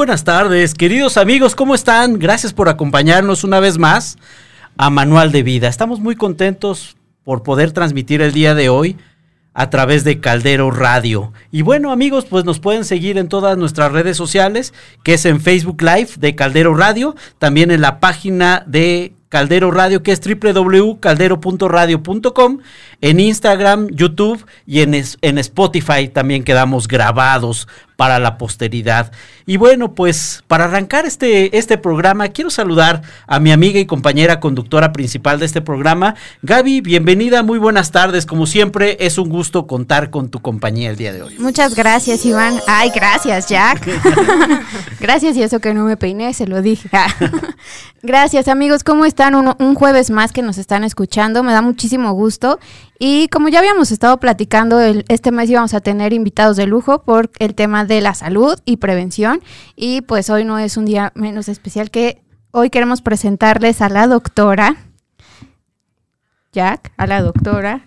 buenas tardes, queridos amigos, ¿cómo están? Gracias por acompañarnos una vez más a Manual de Vida. Estamos muy contentos por poder transmitir el día de hoy a través de Caldero Radio. Y bueno, amigos, pues nos pueden seguir en todas nuestras redes sociales, que es en Facebook Live de Caldero Radio, también en la página de Caldero Radio, que es www.caldero.radio.com, en Instagram, YouTube y en Spotify también quedamos grabados para la posteridad. Y bueno, pues para arrancar este programa, quiero saludar a mi amiga y compañera conductora principal de este programa, Gaby. Bienvenida, muy buenas tardes. Como siempre, es un gusto contar con tu compañía el día de hoy. Muchas gracias, Iván. Ay, gracias, Jack. Gracias, y eso que no me peiné, se lo dije. Gracias, amigos, ¿cómo están? Un jueves más que nos están escuchando, me da muchísimo gusto. Y como ya habíamos estado platicando, este mes íbamos a tener invitados de lujo por el tema de la salud y prevención. Y pues hoy no es un día menos especial, que hoy queremos presentarles a la doctora Jack, a la doctora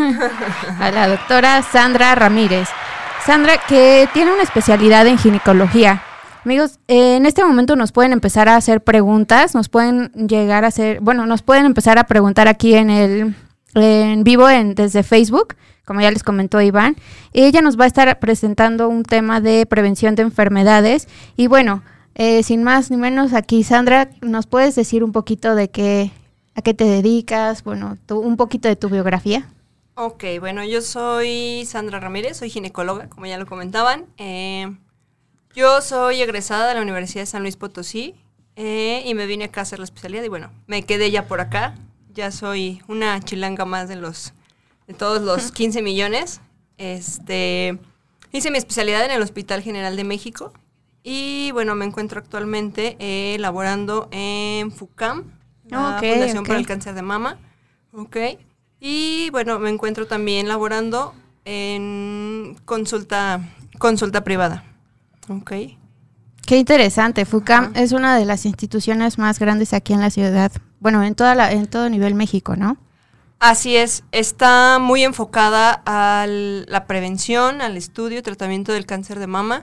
Sandra Ramírez. Sandra, que tiene una especialidad en ginecología. Amigos, en este momento nos pueden empezar a hacer preguntas, nos pueden empezar a preguntar aquí en vivo desde Facebook, como ya les comentó Iván. Ella nos va a estar presentando un tema de prevención de enfermedades. Y bueno, sin más ni menos, aquí Sandra, ¿nos puedes decir un poquito a qué te dedicas? Bueno, un poquito de tu biografía. Ok, bueno, yo soy Sandra Ramírez, soy ginecóloga, como ya lo comentaban. Yo soy egresada de la Universidad de San Luis Potosí y me vine acá a hacer la especialidad y bueno, me quedé ya por acá. Ya soy una chilanga más de todos los 15 millones. Hice mi especialidad en el Hospital General de México y bueno, me encuentro actualmente laborando en FUCAM, la Fundación para el Cáncer de Mama. Okay. Y bueno, me encuentro también laborando en consulta privada. Okay. Qué interesante. FUCAM es una de las instituciones más grandes aquí en la ciudad. Bueno, en todo nivel México, ¿no? Así es. Está muy enfocada a la prevención, al estudio y tratamiento del cáncer de mama.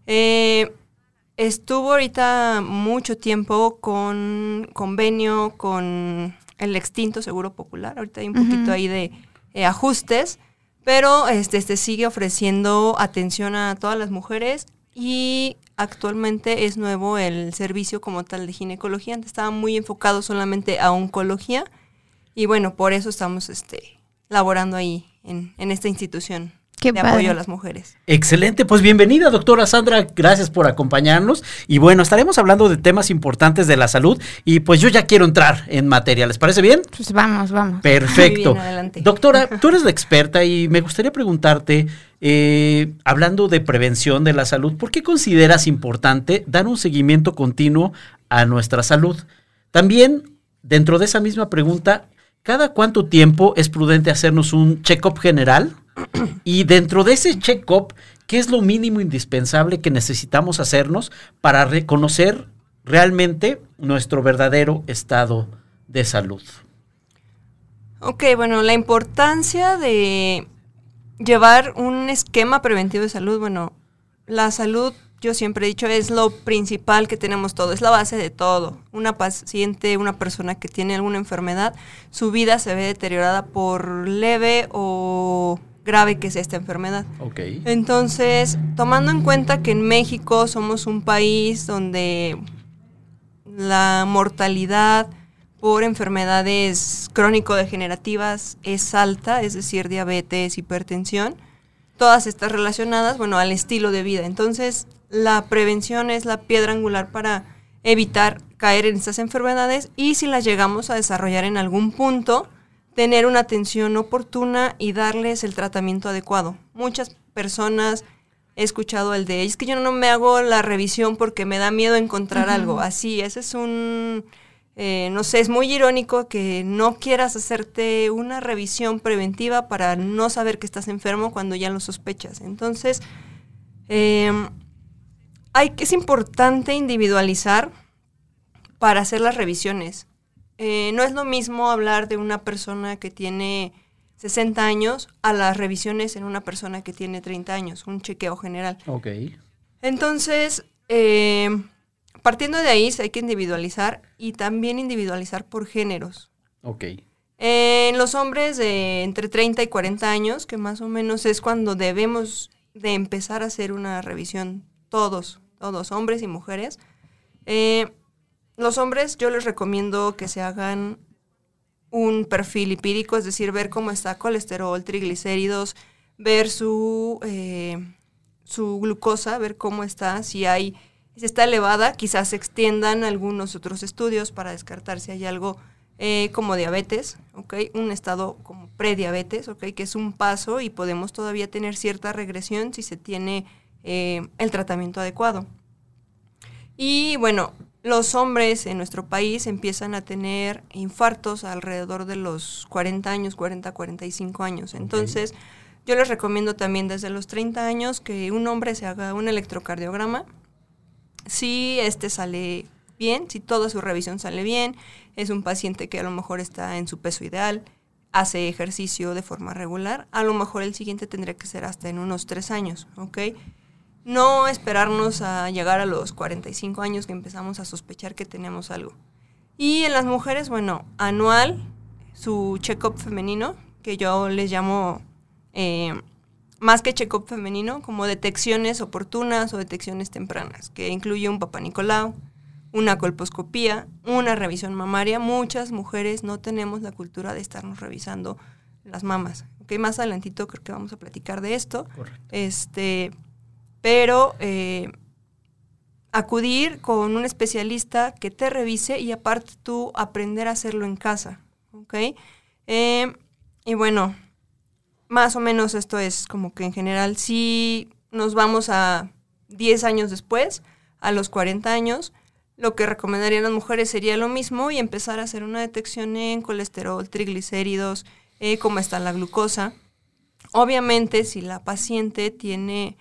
Estuvo ahorita mucho tiempo con convenio con el extinto Seguro Popular. Ahorita hay un poquito ahí de ajustes, pero sigue ofreciendo atención a todas las mujeres. Y actualmente es nuevo el servicio como tal de ginecología. Antes estaba muy enfocado solamente a oncología. Y bueno, por eso estamos laborando ahí en esta institución de apoyo a las mujeres. Excelente, pues bienvenida, doctora Sandra. Gracias por acompañarnos. Y bueno, estaremos hablando de temas importantes de la salud. Y pues yo ya quiero entrar en materia. ¿Les parece bien? Pues vamos. Perfecto. Muy bien, adelante. Doctora, tú eres la experta y me gustaría preguntarte, hablando de prevención de la salud, ¿por qué consideras importante dar un seguimiento continuo a nuestra salud? También, dentro de esa misma pregunta, ¿cada cuánto tiempo es prudente hacernos un check-up general? Y dentro de ese check-up, ¿qué es lo mínimo indispensable que necesitamos hacernos para reconocer realmente nuestro verdadero estado de salud? Ok, bueno, la importancia de llevar un esquema preventivo de salud. Bueno, la salud, yo siempre he dicho, es lo principal que tenemos todo, es la base de todo. Una paciente, una persona que tiene alguna enfermedad, su vida se ve deteriorada por leve o grave que sea esta enfermedad. Okay. Entonces, tomando en cuenta que en México somos un país donde la mortalidad por enfermedades crónico-degenerativas es alta, es decir, diabetes, hipertensión, todas estas relacionadas, bueno, al estilo de vida. Entonces, la prevención es la piedra angular para evitar caer en estas enfermedades y si las llegamos a desarrollar en algún punto, tener una atención oportuna y darles el tratamiento adecuado. Muchas personas he escuchado el de, es que yo no me hago la revisión porque me da miedo encontrar algo. Así, ese es no sé, es muy irónico que no quieras hacerte una revisión preventiva para no saber que estás enfermo cuando ya lo sospechas. Entonces, es importante individualizar para hacer las revisiones. No es lo mismo hablar de una persona que tiene 60 años a las revisiones en una persona que tiene 30 años, un chequeo general. Ok. Entonces, partiendo de ahí hay que individualizar y también individualizar por géneros. Ok. En los hombres de entre 30 y 40 años, que más o menos es cuando debemos de empezar a hacer una revisión, todos, hombres y mujeres. Los hombres yo les recomiendo que se hagan un perfil lipídico, es decir, ver cómo está colesterol, triglicéridos, ver su glucosa, ver cómo está, si está elevada, quizás se extiendan algunos otros estudios para descartar si hay algo como diabetes, ¿okay? Un estado como prediabetes, ¿okay? Que es un paso y podemos todavía tener cierta regresión si se tiene el tratamiento adecuado. Y bueno, los hombres en nuestro país empiezan a tener infartos alrededor de los 40 años, 45 años. Entonces, yo les recomiendo también desde los 30 años que un hombre se haga un electrocardiograma. Si sale bien, si toda su revisión sale bien, es un paciente que a lo mejor está en su peso ideal, hace ejercicio de forma regular, a lo mejor el siguiente tendría que ser hasta en unos 3 años, ¿ok? No esperarnos a llegar a los 45 años que empezamos a sospechar que tenemos algo. Y en las mujeres, bueno, anual, su check-up femenino, que yo les llamo, más que check-up femenino, como detecciones oportunas o detecciones tempranas, que incluye un Papá Nicolau, una colposcopía, una revisión mamaria. Muchas mujeres no tenemos la cultura de estarnos revisando las mamas. Okay, más adelantito creo que vamos a platicar de esto. Correcto. Pero acudir con un especialista que te revise y aparte tú aprender a hacerlo en casa. ¿Okay? Y bueno, más o menos esto es como que en general, si nos vamos a 10 años después, a los 40 años, lo que recomendarían las mujeres sería lo mismo y empezar a hacer una detección en colesterol, triglicéridos, cómo está la glucosa. Obviamente, si la paciente tiene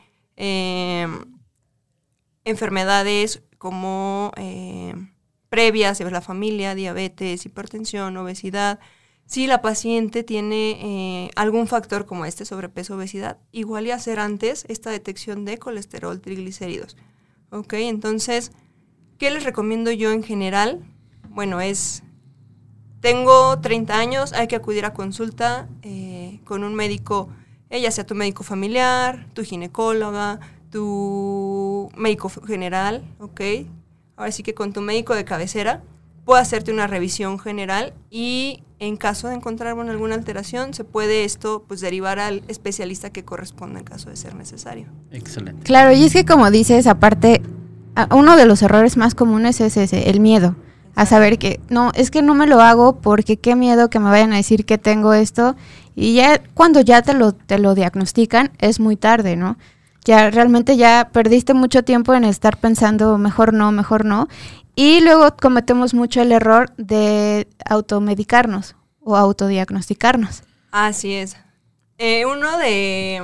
enfermedades como previas de la familia, diabetes, hipertensión, obesidad, si la paciente tiene algún factor como sobrepeso, obesidad, igual y hacer antes esta detección de colesterol, triglicéridos. ¿Ok? Entonces, ¿qué les recomiendo yo en general? Bueno, tengo 30 años, hay que acudir a consulta con un médico, ya sea tu médico familiar, tu ginecóloga, tu médico general, ¿ok? Ahora sí que con tu médico de cabecera puede hacerte una revisión general y en caso de encontrar alguna alteración, se puede derivar al especialista que corresponda en caso de ser necesario. Excelente. Claro, y es que como dices, aparte, uno de los errores más comunes es ese, el miedo. A saber que, no, es que no me lo hago porque qué miedo que me vayan a decir que tengo esto. Y ya cuando ya te lo diagnostican, es muy tarde, ¿no? Ya realmente ya perdiste mucho tiempo en estar pensando mejor no. Y luego cometemos mucho el error de automedicarnos o autodiagnosticarnos. Así es. Uno de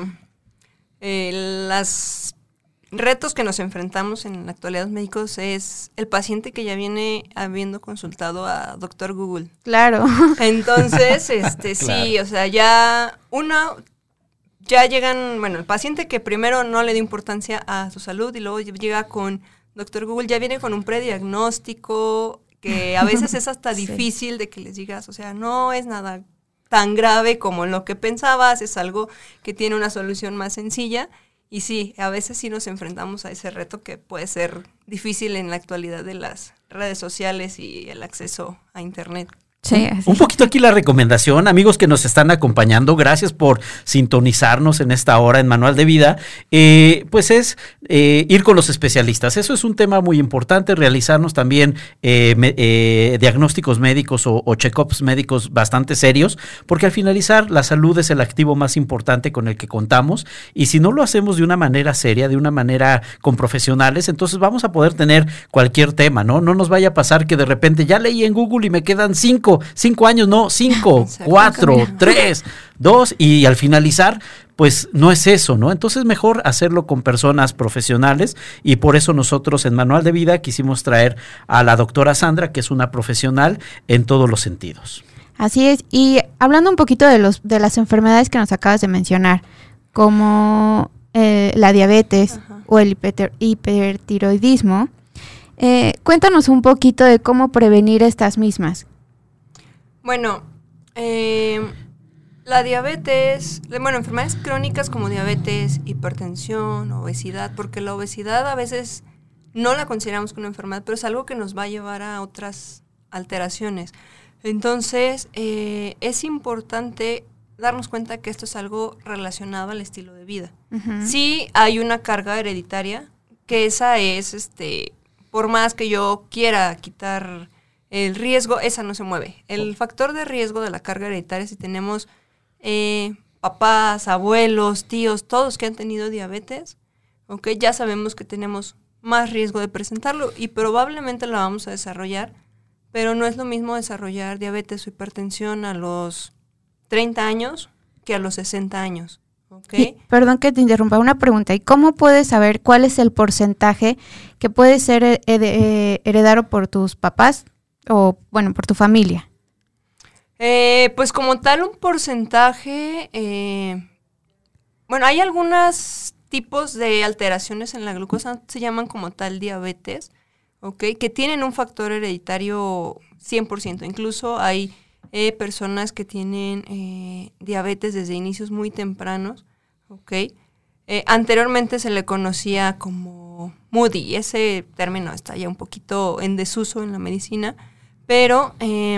los retos que nos enfrentamos en la actualidad los médicos es el paciente que ya viene habiendo consultado a Dr. Google. Claro. Entonces, Claro. Sí, o sea, ya llegan, el paciente que primero no le dio importancia a su salud y luego llega con Dr. Google, ya viene con un prediagnóstico que a veces es hasta difícil de que les digas, o sea, no es nada tan grave como lo que pensabas, es algo que tiene una solución más sencilla. Y sí, a veces sí nos enfrentamos a ese reto que puede ser difícil en la actualidad de las redes sociales y el acceso a Internet. Sí, así. Un poquito aquí la recomendación, amigos que nos están acompañando, gracias por sintonizarnos en esta hora en Manual de Vida, pues es ir con los especialistas. Eso es un tema muy importante, realizarnos también diagnósticos médicos o check-ups médicos bastante serios, porque al finalizar la salud es el activo más importante con el que contamos y si no lo hacemos de una manera seria, de una manera con profesionales, entonces vamos a poder tener cualquier tema, ¿no? No nos vaya a pasar que de repente ya leí en Google y me quedan 5 años, no, 5, 4, 3, 2 y al finalizar, pues no es eso, ¿no? Entonces mejor hacerlo con personas profesionales y por eso nosotros en Manual de Vida quisimos traer a la doctora Sandra, que es una profesional en todos los sentidos. Así es, y hablando un poquito de las enfermedades que nos acabas de mencionar, como la diabetes, o el hipertiroidismo. Cuéntanos un poquito de cómo prevenir estas mismas. Bueno, la diabetes, enfermedades crónicas como diabetes, hipertensión, obesidad, porque la obesidad a veces no la consideramos como una enfermedad, pero es algo que nos va a llevar a otras alteraciones. Entonces, es importante darnos cuenta que esto es algo relacionado al estilo de vida. Uh-huh. Sí hay una carga hereditaria, que esa es, por más que yo quiera quitar el riesgo, esa no se mueve. El factor de riesgo de la carga hereditaria, si tenemos papás, abuelos, tíos, todos que han tenido diabetes, ¿okay? Ya sabemos que tenemos más riesgo de presentarlo y probablemente la vamos a desarrollar, pero no es lo mismo desarrollar diabetes o hipertensión a los 30 años que a los 60 años. ¿Okay? Perdón que te interrumpa, una pregunta. ¿Y cómo puedes saber cuál es el porcentaje que puede ser heredado por tus papás o, por tu familia? Pues como tal un porcentaje, hay algunos tipos de alteraciones en la glucosa, se llaman como tal diabetes, ¿okay? Que tienen un factor hereditario 100%. Incluso hay personas que tienen diabetes desde inicios muy tempranos, ¿okay? Anteriormente se le conocía como Moody, ese término está ya un poquito en desuso en la medicina, pero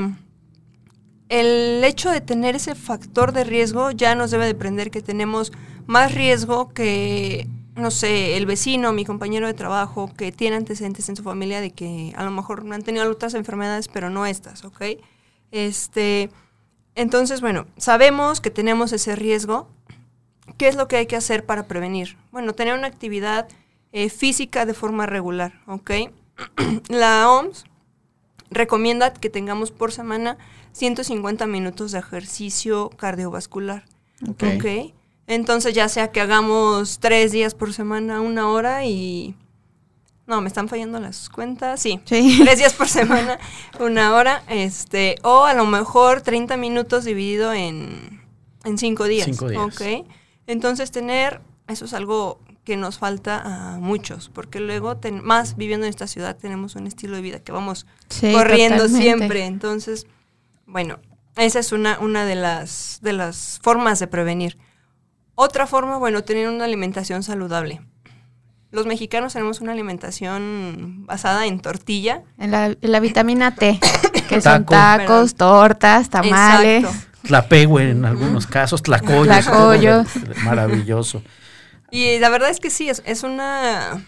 el hecho de tener ese factor de riesgo ya nos debe de aprender que tenemos más riesgo que, no sé, el vecino, mi compañero de trabajo, que tiene antecedentes en su familia de que a lo mejor no han tenido otras enfermedades, pero no estas, ¿ok? Entonces, sabemos que tenemos ese riesgo. ¿Qué es lo que hay que hacer para prevenir? Tener una actividad física de forma regular, ¿ok? La OMS recomienda que tengamos por semana 150 minutos de ejercicio cardiovascular. Okay. Entonces, ya sea que hagamos 3 días por semana, 1 hora y... No, me están fallando las cuentas. Sí. 3 días por semana, 1 hora. O a lo mejor 30 minutos dividido en 5 días. 5 días. Okay. Entonces, eso es algo que nos falta a muchos, porque luego, más viviendo en esta ciudad, tenemos un estilo de vida que vamos corriendo totalmente. Siempre. Entonces, esa es una de las formas de prevenir. Otra forma, tener una alimentación saludable. Los mexicanos tenemos una alimentación basada en tortilla. En la vitamina T, que son tacos, tortas, tamales. Exacto. Tlapehue en algunos casos, tlacoyos. Maravilloso. Y la verdad es que sí, es una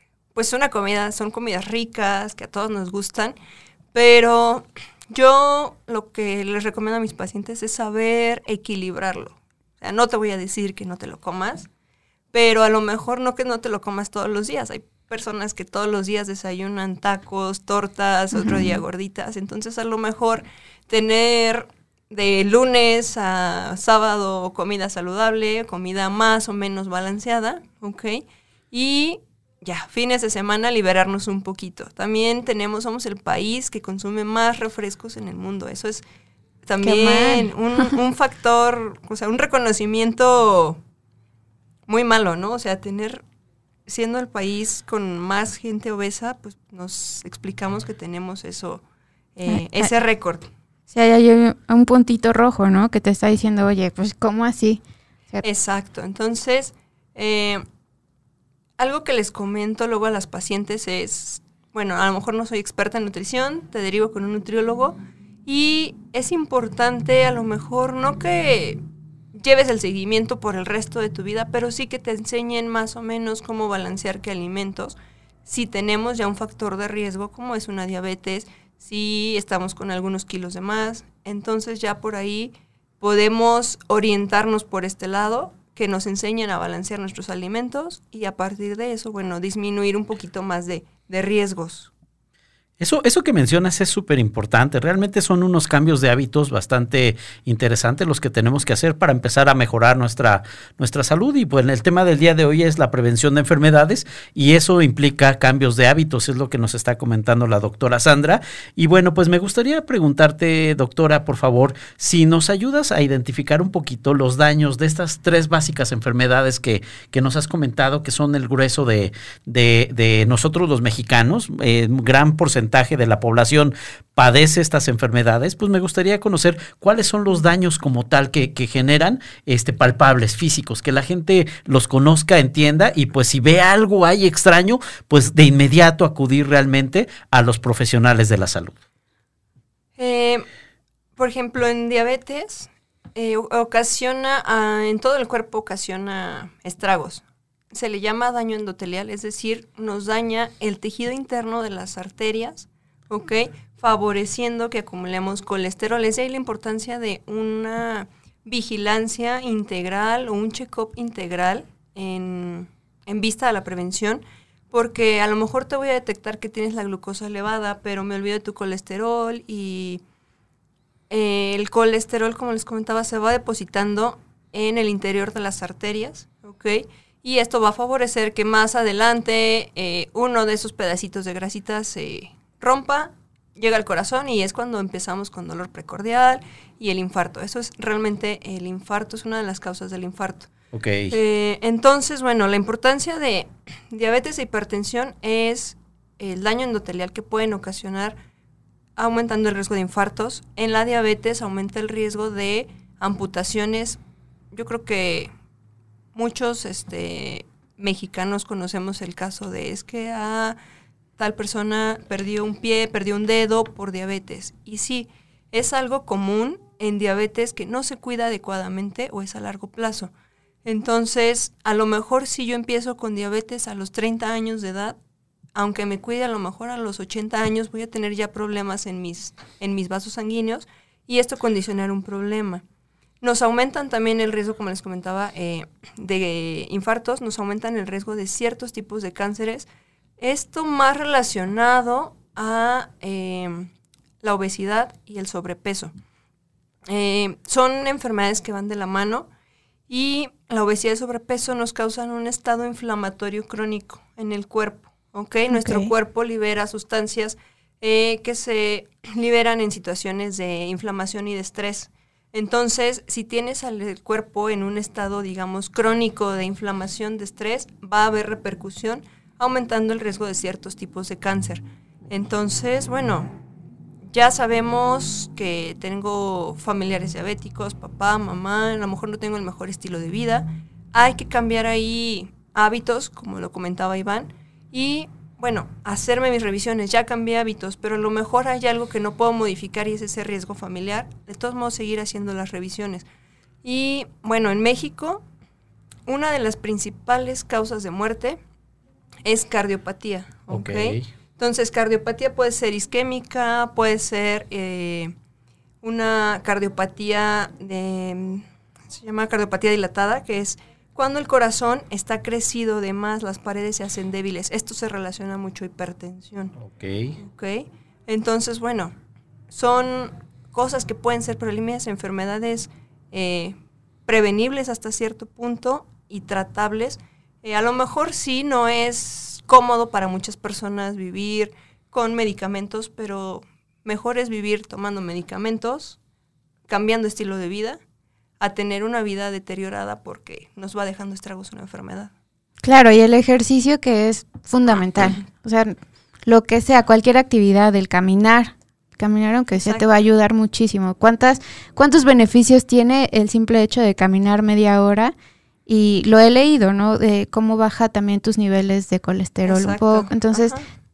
comida, son comidas ricas, que a todos nos gustan, pero yo lo que les recomiendo a mis pacientes es saber equilibrarlo. O sea, no te voy a decir que no te lo comas, pero a lo mejor no que no te lo comas todos los días. Hay personas que todos los días desayunan tacos, tortas, otro día gorditas. Entonces, a lo mejor tener de lunes a sábado comida saludable, comida más o menos balanceada, ¿ok? Y ya, fines de semana liberarnos un poquito. También somos el país que consume más refrescos en el mundo. Eso es también un factor, o sea, un reconocimiento muy malo, ¿no? O sea, siendo el país con más gente obesa, pues nos explicamos que tenemos eso, ese récord. Sí, hay un puntito rojo, ¿no? Que te está diciendo, oye, pues, ¿cómo así? O sea, exacto. Entonces, algo que les comento luego a las pacientes es, a lo mejor no soy experta en nutrición, te derivo con un nutriólogo, y es importante a lo mejor no que lleves el seguimiento por el resto de tu vida, pero sí que te enseñen más o menos cómo balancear qué alimentos. Si tenemos ya un factor de riesgo, como es una diabetes, si estamos con algunos kilos de más, entonces ya por ahí podemos orientarnos por este lado, que nos enseñen a balancear nuestros alimentos y a partir de eso, disminuir un poquito más de riesgos. Eso que mencionas es súper importante. Realmente son unos cambios de hábitos bastante interesantes los que tenemos que hacer para empezar a mejorar nuestra salud. Y pues el tema del día de hoy es la prevención de enfermedades y eso implica cambios de hábitos, es lo que nos está comentando la doctora Sandra. Y bueno, pues me gustaría preguntarte, doctora, por favor, si nos ayudas a identificar un poquito los daños de estas 3 básicas enfermedades que nos has comentado, que son el grueso de nosotros los mexicanos, gran porcentaje de la población padece estas enfermedades. Pues me gustaría conocer cuáles son los daños como tal que generan palpables, físicos, que la gente los conozca, entienda y pues si ve algo ahí extraño, pues de inmediato acudir realmente a los profesionales de la salud. Por ejemplo, en diabetes en todo el cuerpo ocasiona estragos. Se le llama daño endotelial, es decir, nos daña el tejido interno de las arterias, ¿ok? Favoreciendo que acumulemos colesterol. Es de ahí la importancia de una vigilancia integral o un check-up integral en vista a la prevención, porque a lo mejor te voy a detectar que tienes la glucosa elevada, pero me olvido de tu colesterol y el colesterol, como les comentaba, se va depositando en el interior de las arterias, ¿ok? Y esto va a favorecer que más adelante uno de esos pedacitos de grasita se rompa, llega al corazón y es cuando empezamos con dolor precordial y el infarto. Eso es realmente, el infarto es una de las causas del infarto. Okay. Entonces, bueno, la importancia de diabetes e hipertensión es el daño endotelial que pueden ocasionar aumentando el riesgo de infartos. En la diabetes aumenta el riesgo de amputaciones. Yo creo que muchos mexicanos conocemos el caso de tal persona perdió un pie, perdió un dedo por diabetes. Y sí, es algo común en diabetes que no se cuida adecuadamente o es a largo plazo. Entonces, a lo mejor si yo empiezo con diabetes a los 30 años de edad, aunque me cuide a lo mejor a los 80 años, voy a tener ya problemas en mis vasos sanguíneos y esto condicionará un problema. Nos aumentan también el riesgo, como les comentaba, de infartos, nos aumentan el riesgo de ciertos tipos de cánceres. Esto más relacionado a la obesidad y el sobrepeso. Son enfermedades que van de la mano y la obesidad y el sobrepeso nos causan un estado inflamatorio crónico en el cuerpo. ¿Okay? Nuestro cuerpo libera sustancias que se liberan en situaciones de inflamación y de estrés. Entonces, si tienes al cuerpo en un estado, digamos, crónico de inflamación, de estrés, va a haber repercusión, aumentando el riesgo de ciertos tipos de cáncer. Entonces, bueno, ya sabemos que tengo familiares diabéticos, papá, mamá, a lo mejor no tengo el mejor estilo de vida. Hay que cambiar ahí hábitos, como lo comentaba Iván, y bueno, hacerme mis revisiones. Ya cambié hábitos, pero a lo mejor hay algo que no puedo modificar y es ese riesgo familiar. De todos modos, seguir haciendo las revisiones. Y bueno, en México, una de las principales causas de muerte es cardiopatía. ¿Okay? Entonces, cardiopatía puede ser isquémica, puede ser una cardiopatía se llama cardiopatía dilatada, que es cuando el corazón está crecido de más, las paredes se hacen débiles. Esto se relaciona mucho a hipertensión. Okay. Entonces, bueno, son cosas que pueden ser preliminas, enfermedades prevenibles hasta cierto punto y tratables. A lo mejor sí no es cómodo para muchas personas vivir con medicamentos, pero mejor es vivir tomando medicamentos, cambiando estilo de vida, a tener una vida deteriorada porque nos va dejando estragos una enfermedad. Claro, y el ejercicio que es fundamental. O sea, lo que sea, cualquier actividad, el caminar aunque sea, te va a ayudar muchísimo. ¿Cuántos beneficios tiene el simple hecho de caminar media hora? Y lo he leído, ¿no? De cómo baja también tus niveles de colesterol. Exacto. Un poco. Entonces,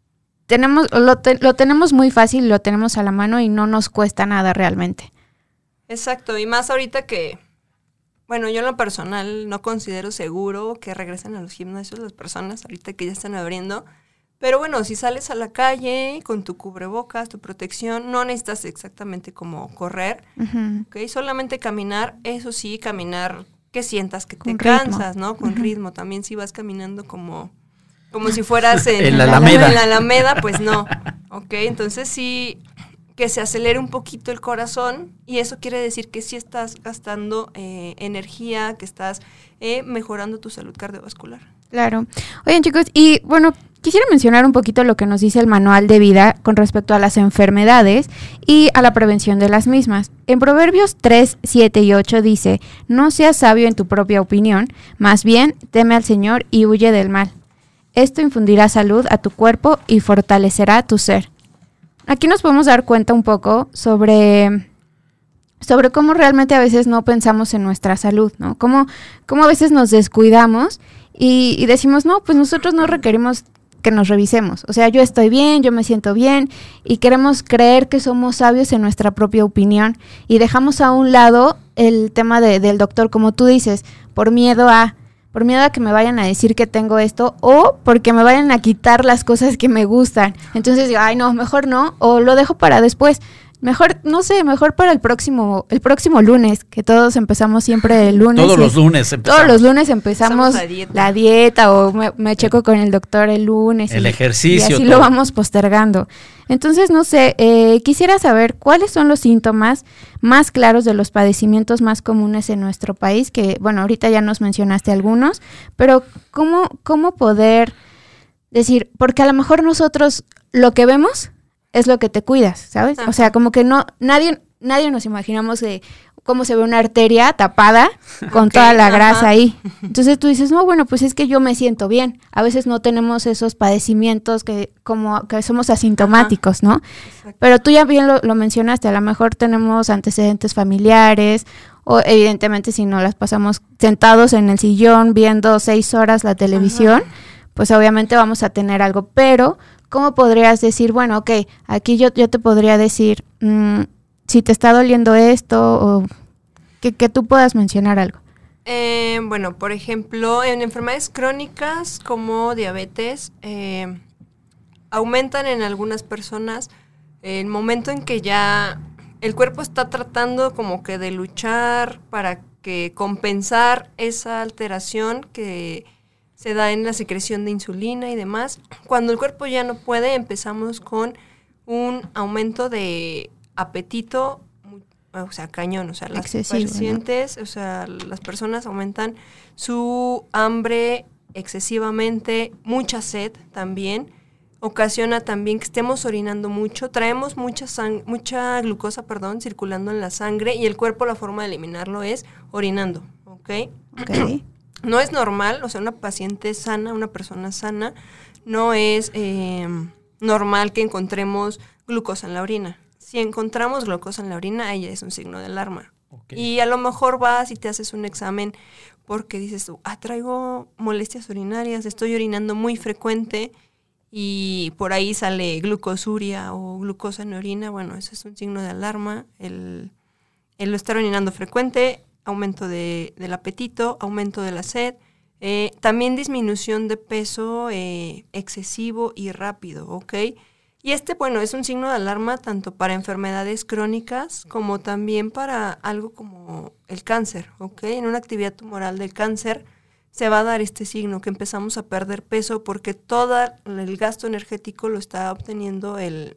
lo tenemos muy fácil, lo tenemos a la mano y no nos cuesta nada realmente. Exacto, y más ahorita que, bueno, yo en lo personal no considero seguro que regresen a los gimnasios las personas ahorita que ya están abriendo, pero bueno, si sales a la calle con tu cubrebocas, tu protección, no necesitas exactamente como correr, ¿okay? Solamente caminar, eso sí, caminar que sientas que te cansas, ¿no? Con ritmo, también si vas caminando como si fueras en la Alameda. En la Alameda, pues no, Ok, entonces sí, que se acelere un poquito el corazón y eso quiere decir que sí estás gastando energía, que estás mejorando tu salud cardiovascular. Claro. Oigan, chicos, y bueno, quisiera mencionar un poquito lo que nos dice el manual de vida con respecto a las enfermedades y a la prevención de las mismas. En Proverbios 3, 7 y 8 dice, no seas sabio en tu propia opinión, más bien teme al Señor y huye del mal. Esto infundirá salud a tu cuerpo y fortalecerá tu ser. Aquí nos podemos dar cuenta un poco sobre cómo realmente a veces no pensamos en nuestra salud, ¿no? Cómo a veces nos descuidamos y decimos, no, pues nosotros no requerimos que nos revisemos. O sea, yo estoy bien, yo me siento bien y queremos creer que somos sabios en nuestra propia opinión y dejamos a un lado el tema del doctor, como tú dices, por miedo a que me vayan a decir que tengo esto o porque me vayan a quitar las cosas que me gustan. Entonces digo, ay no, mejor no, o lo dejo para después. Mejor, no sé, mejor para el próximo lunes, que todos empezamos siempre el lunes. Todos los lunes empezamos la dieta o me checo con el doctor el lunes. El ejercicio. Y así lo vamos postergando. Entonces, no sé, quisiera saber cuáles son los síntomas más claros de los padecimientos más comunes en nuestro país, que, bueno, ahorita ya nos mencionaste algunos, pero ¿cómo poder decir? Porque a lo mejor nosotros lo que vemos es lo que te cuidas, ¿sabes? Ajá. O sea, como que nadie nos imaginamos de cómo se ve una arteria tapada con toda la grasa ahí. Entonces tú dices, no, bueno, pues es que yo me siento bien. A veces no tenemos esos padecimientos que somos asintomáticos, ¿no? Exacto. Pero tú ya bien lo mencionaste, a lo mejor tenemos antecedentes familiares o evidentemente si no las pasamos sentados en el sillón viendo 6 horas la televisión, pues obviamente vamos a tener algo, pero ¿cómo podrías decir, bueno, ok, aquí yo te podría decir, si te está doliendo esto o que tú puedas mencionar algo? Bueno, por ejemplo, en enfermedades crónicas como diabetes, aumentan en algunas personas el momento en que ya el cuerpo está tratando como que de luchar para que compensar esa alteración que se da en la secreción de insulina y demás. Cuando el cuerpo ya no puede, empezamos con un aumento de apetito, o sea, cañón, o sea, las pacientes, ¿no? O sea, las personas aumentan su hambre excesivamente, mucha sed también, ocasiona también que estemos orinando mucho, traemos mucha glucosa, circulando en la sangre y el cuerpo, la forma de eliminarlo es orinando, ¿ok? Okay. No es normal, o sea, una paciente sana, una persona sana, no es normal que encontremos glucosa en la orina. Si encontramos glucosa en la orina, ahí es un signo de alarma. Okay. Y a lo mejor vas y te haces un examen porque dices tú, traigo molestias urinarias, estoy orinando muy frecuente y por ahí sale glucosuria o glucosa en orina. Bueno, eso es un signo de alarma, el estar orinando frecuente, aumento del apetito, aumento de la sed, también disminución de peso excesivo y rápido, ¿ok? Y bueno, es un signo de alarma tanto para enfermedades crónicas como también para algo como el cáncer, ¿ok? En una actividad tumoral del cáncer se va a dar este signo, que empezamos a perder peso porque todo el gasto energético lo está obteniendo el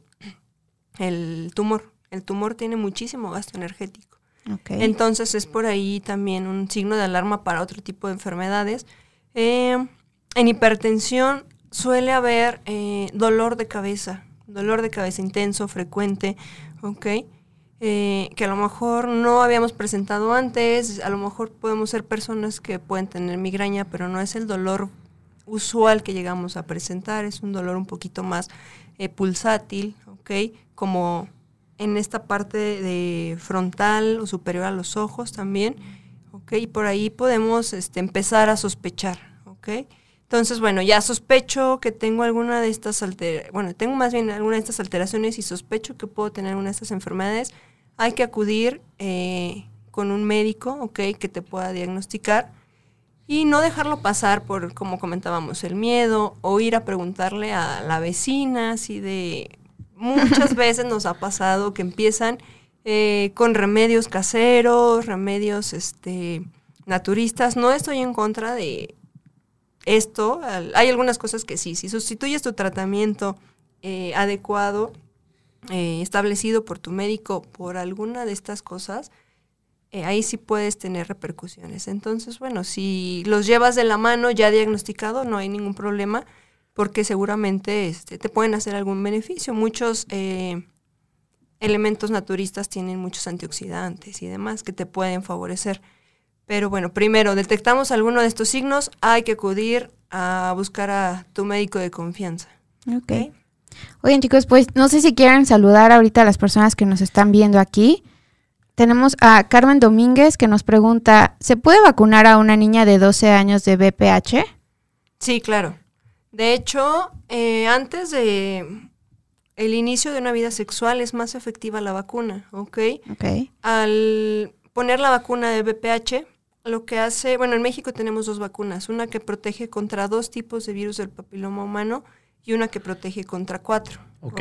tumor. El tumor tiene muchísimo gasto energético. Okay. Entonces es por ahí también un signo de alarma para otro tipo de enfermedades. En hipertensión suele haber dolor de cabeza intenso, frecuente, ¿ok? Que a lo mejor no habíamos presentado antes, a lo mejor podemos ser personas que pueden tener migraña, pero no es el dolor usual que llegamos a presentar, es un dolor un poquito más pulsátil, ¿ok? Como en esta parte de frontal o superior a los ojos también, ¿ok? Y por ahí podemos empezar a sospechar, ¿ok? Entonces, bueno, ya sospecho que tengo alguna de estas tengo más bien alguna de estas alteraciones y sospecho que puedo tener una de estas enfermedades. Hay que acudir con un médico, ¿ok? Que te pueda diagnosticar y no dejarlo pasar por, como comentábamos, el miedo o ir a preguntarle a la vecina, así de... Muchas veces nos ha pasado que empiezan con remedios caseros, remedios naturistas. No estoy en contra de esto. Hay algunas cosas que sí. Si sustituyes tu tratamiento adecuado, establecido por tu médico por alguna de estas cosas, ahí sí puedes tener repercusiones. Entonces, bueno, si los llevas de la mano ya diagnosticado, no hay ningún problema, porque seguramente te pueden hacer algún beneficio. Muchos elementos naturistas tienen muchos antioxidantes y demás que te pueden favorecer. Pero bueno, primero, detectamos alguno de estos signos, hay que acudir a buscar a tu médico de confianza. Ok. Oigan, chicos, pues no sé si quieren saludar ahorita a las personas que nos están viendo aquí. Tenemos a Carmen Domínguez que nos pregunta, ¿se puede vacunar a una niña de 12 años de VPH? Sí, claro. De hecho, antes de el inicio de una vida sexual es más efectiva la vacuna, ¿ok? Al poner la vacuna de VPH, lo que hace, bueno, en México tenemos 2 vacunas, una que protege contra 2 tipos de virus del papiloma humano y una que protege contra 4, ¿ok?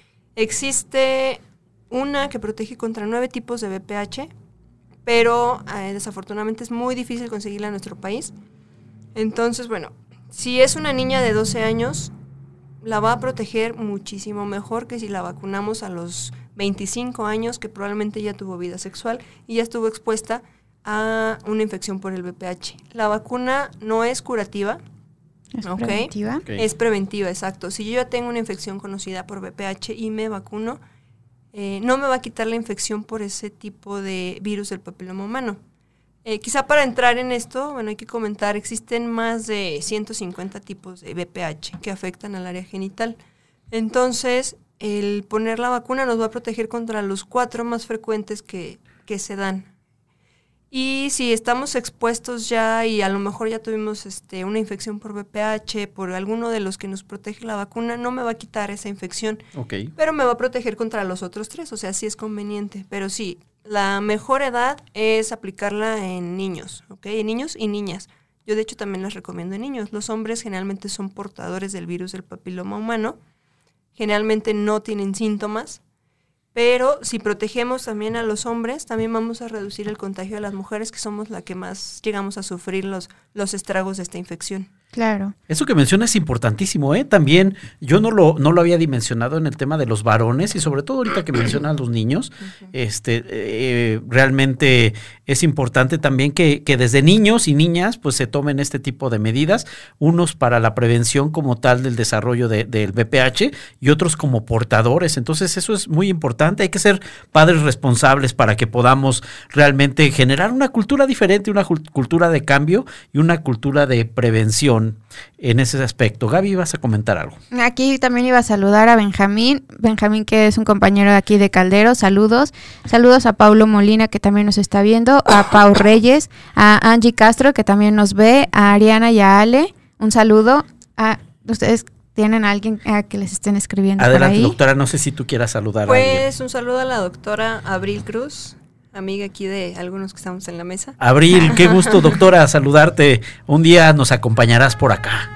Existe una que protege contra 9 tipos de VPH, pero desafortunadamente es muy difícil conseguirla en nuestro país. Entonces, bueno, si es una niña de 12 años, la va a proteger muchísimo mejor que si la vacunamos a los 25 años, que probablemente ya tuvo vida sexual y ya estuvo expuesta a una infección por el VPH. La vacuna no es curativa. ¿Es preventiva? Es preventiva, exacto. Si yo ya tengo una infección conocida por VPH y me vacuno, no me va a quitar la infección por ese tipo de virus del papiloma humano. Quizá para entrar en esto, bueno, hay que comentar, existen más de 150 tipos de VPH que afectan al área genital. Entonces, el poner la vacuna nos va a proteger contra los 4 más frecuentes que se dan. Y si estamos expuestos ya y a lo mejor ya tuvimos una infección por VPH, por alguno de los que nos protege la vacuna, no me va a quitar esa infección, pero me va a proteger contra los otros 3, o sea, sí es conveniente. Pero sí, la mejor edad es aplicarla en niños, ¿ok? En niños y niñas. Yo de hecho también las recomiendo en niños. Los hombres generalmente son portadores del virus del papiloma humano, generalmente no tienen síntomas. Pero si protegemos también a los hombres, también vamos a reducir el contagio de las mujeres, que somos la que más llegamos a sufrir los estragos de esta infección. Claro. Eso que mencionas es importantísimo, ¿eh? También yo no lo había dimensionado en el tema de los varones y sobre todo ahorita que mencionan los niños, realmente es importante también que desde niños y niñas pues se tomen este tipo de medidas, unos para la prevención como tal del desarrollo del VPH y otros como portadores. Entonces eso es muy importante, hay que ser padres responsables para que podamos realmente generar una cultura diferente, una cultura de cambio y una cultura de prevención en ese aspecto. Gaby, ¿vas a comentar algo? Aquí también iba a saludar a Benjamín, que es un compañero de aquí de Caldero, saludos a Paulo Molina, que también nos está viendo, a Pau Reyes, a Angie Castro, que también nos ve, a Ariana y a Ale, un saludo. A ustedes tienen a alguien a que les estén escribiendo. Adelante, por ahí. doctora, no sé si tú quieras saludar a alguien. Pues un saludo a la doctora Abril Cruz, amiga aquí de algunos que estamos en la mesa. Abril, qué gusto, doctora, saludarte. Un día nos acompañarás por acá.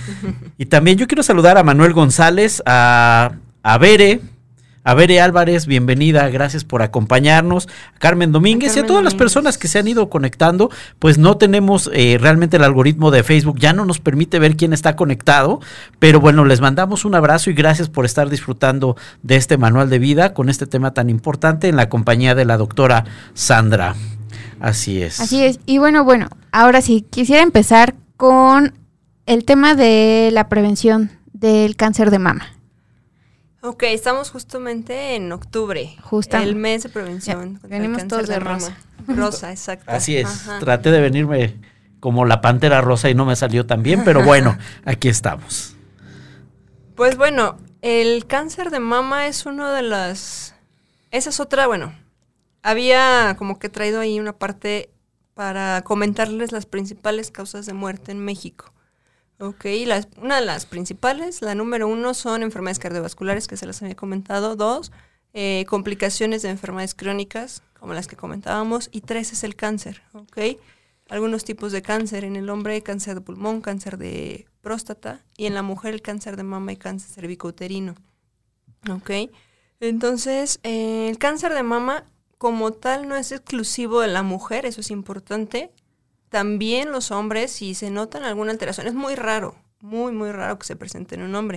Y también yo quiero saludar a Manuel González, a Bere Álvarez, bienvenida, gracias por acompañarnos, a Carmen Domínguez y a todas las personas que se han ido conectando. Pues no tenemos realmente el algoritmo de Facebook, ya no nos permite ver quién está conectado, pero bueno, les mandamos un abrazo y gracias por estar disfrutando de este manual de vida con este tema tan importante en la compañía de la doctora Sandra. Así es. Así es, y bueno, ahora sí, quisiera empezar con el tema de la prevención del cáncer de mama. Ok, estamos justamente en octubre, el mes de prevención. Venimos todos de rosa. Rosa, exacto. Así es, Ajá. Traté de venirme como la pantera rosa y no me salió tan bien, pero bueno, aquí estamos. Pues bueno, el cáncer de mama es uno de las... Esa es otra, había como que traído ahí una parte para comentarles las principales causas de muerte en México. Ok, una de las principales, la número 1, son enfermedades cardiovasculares, que se las había comentado. 2, complicaciones de enfermedades crónicas, como las que comentábamos. Y 3 es el cáncer, ok. Algunos tipos de cáncer: en el hombre, cáncer de pulmón, cáncer de próstata, y en la mujer el cáncer de mama y cáncer cervicouterino, ok. Entonces, el cáncer de mama como tal no es exclusivo de la mujer, eso es importante. También los hombres, si se notan alguna alteración, es muy raro, muy, muy raro que se presente en un hombre,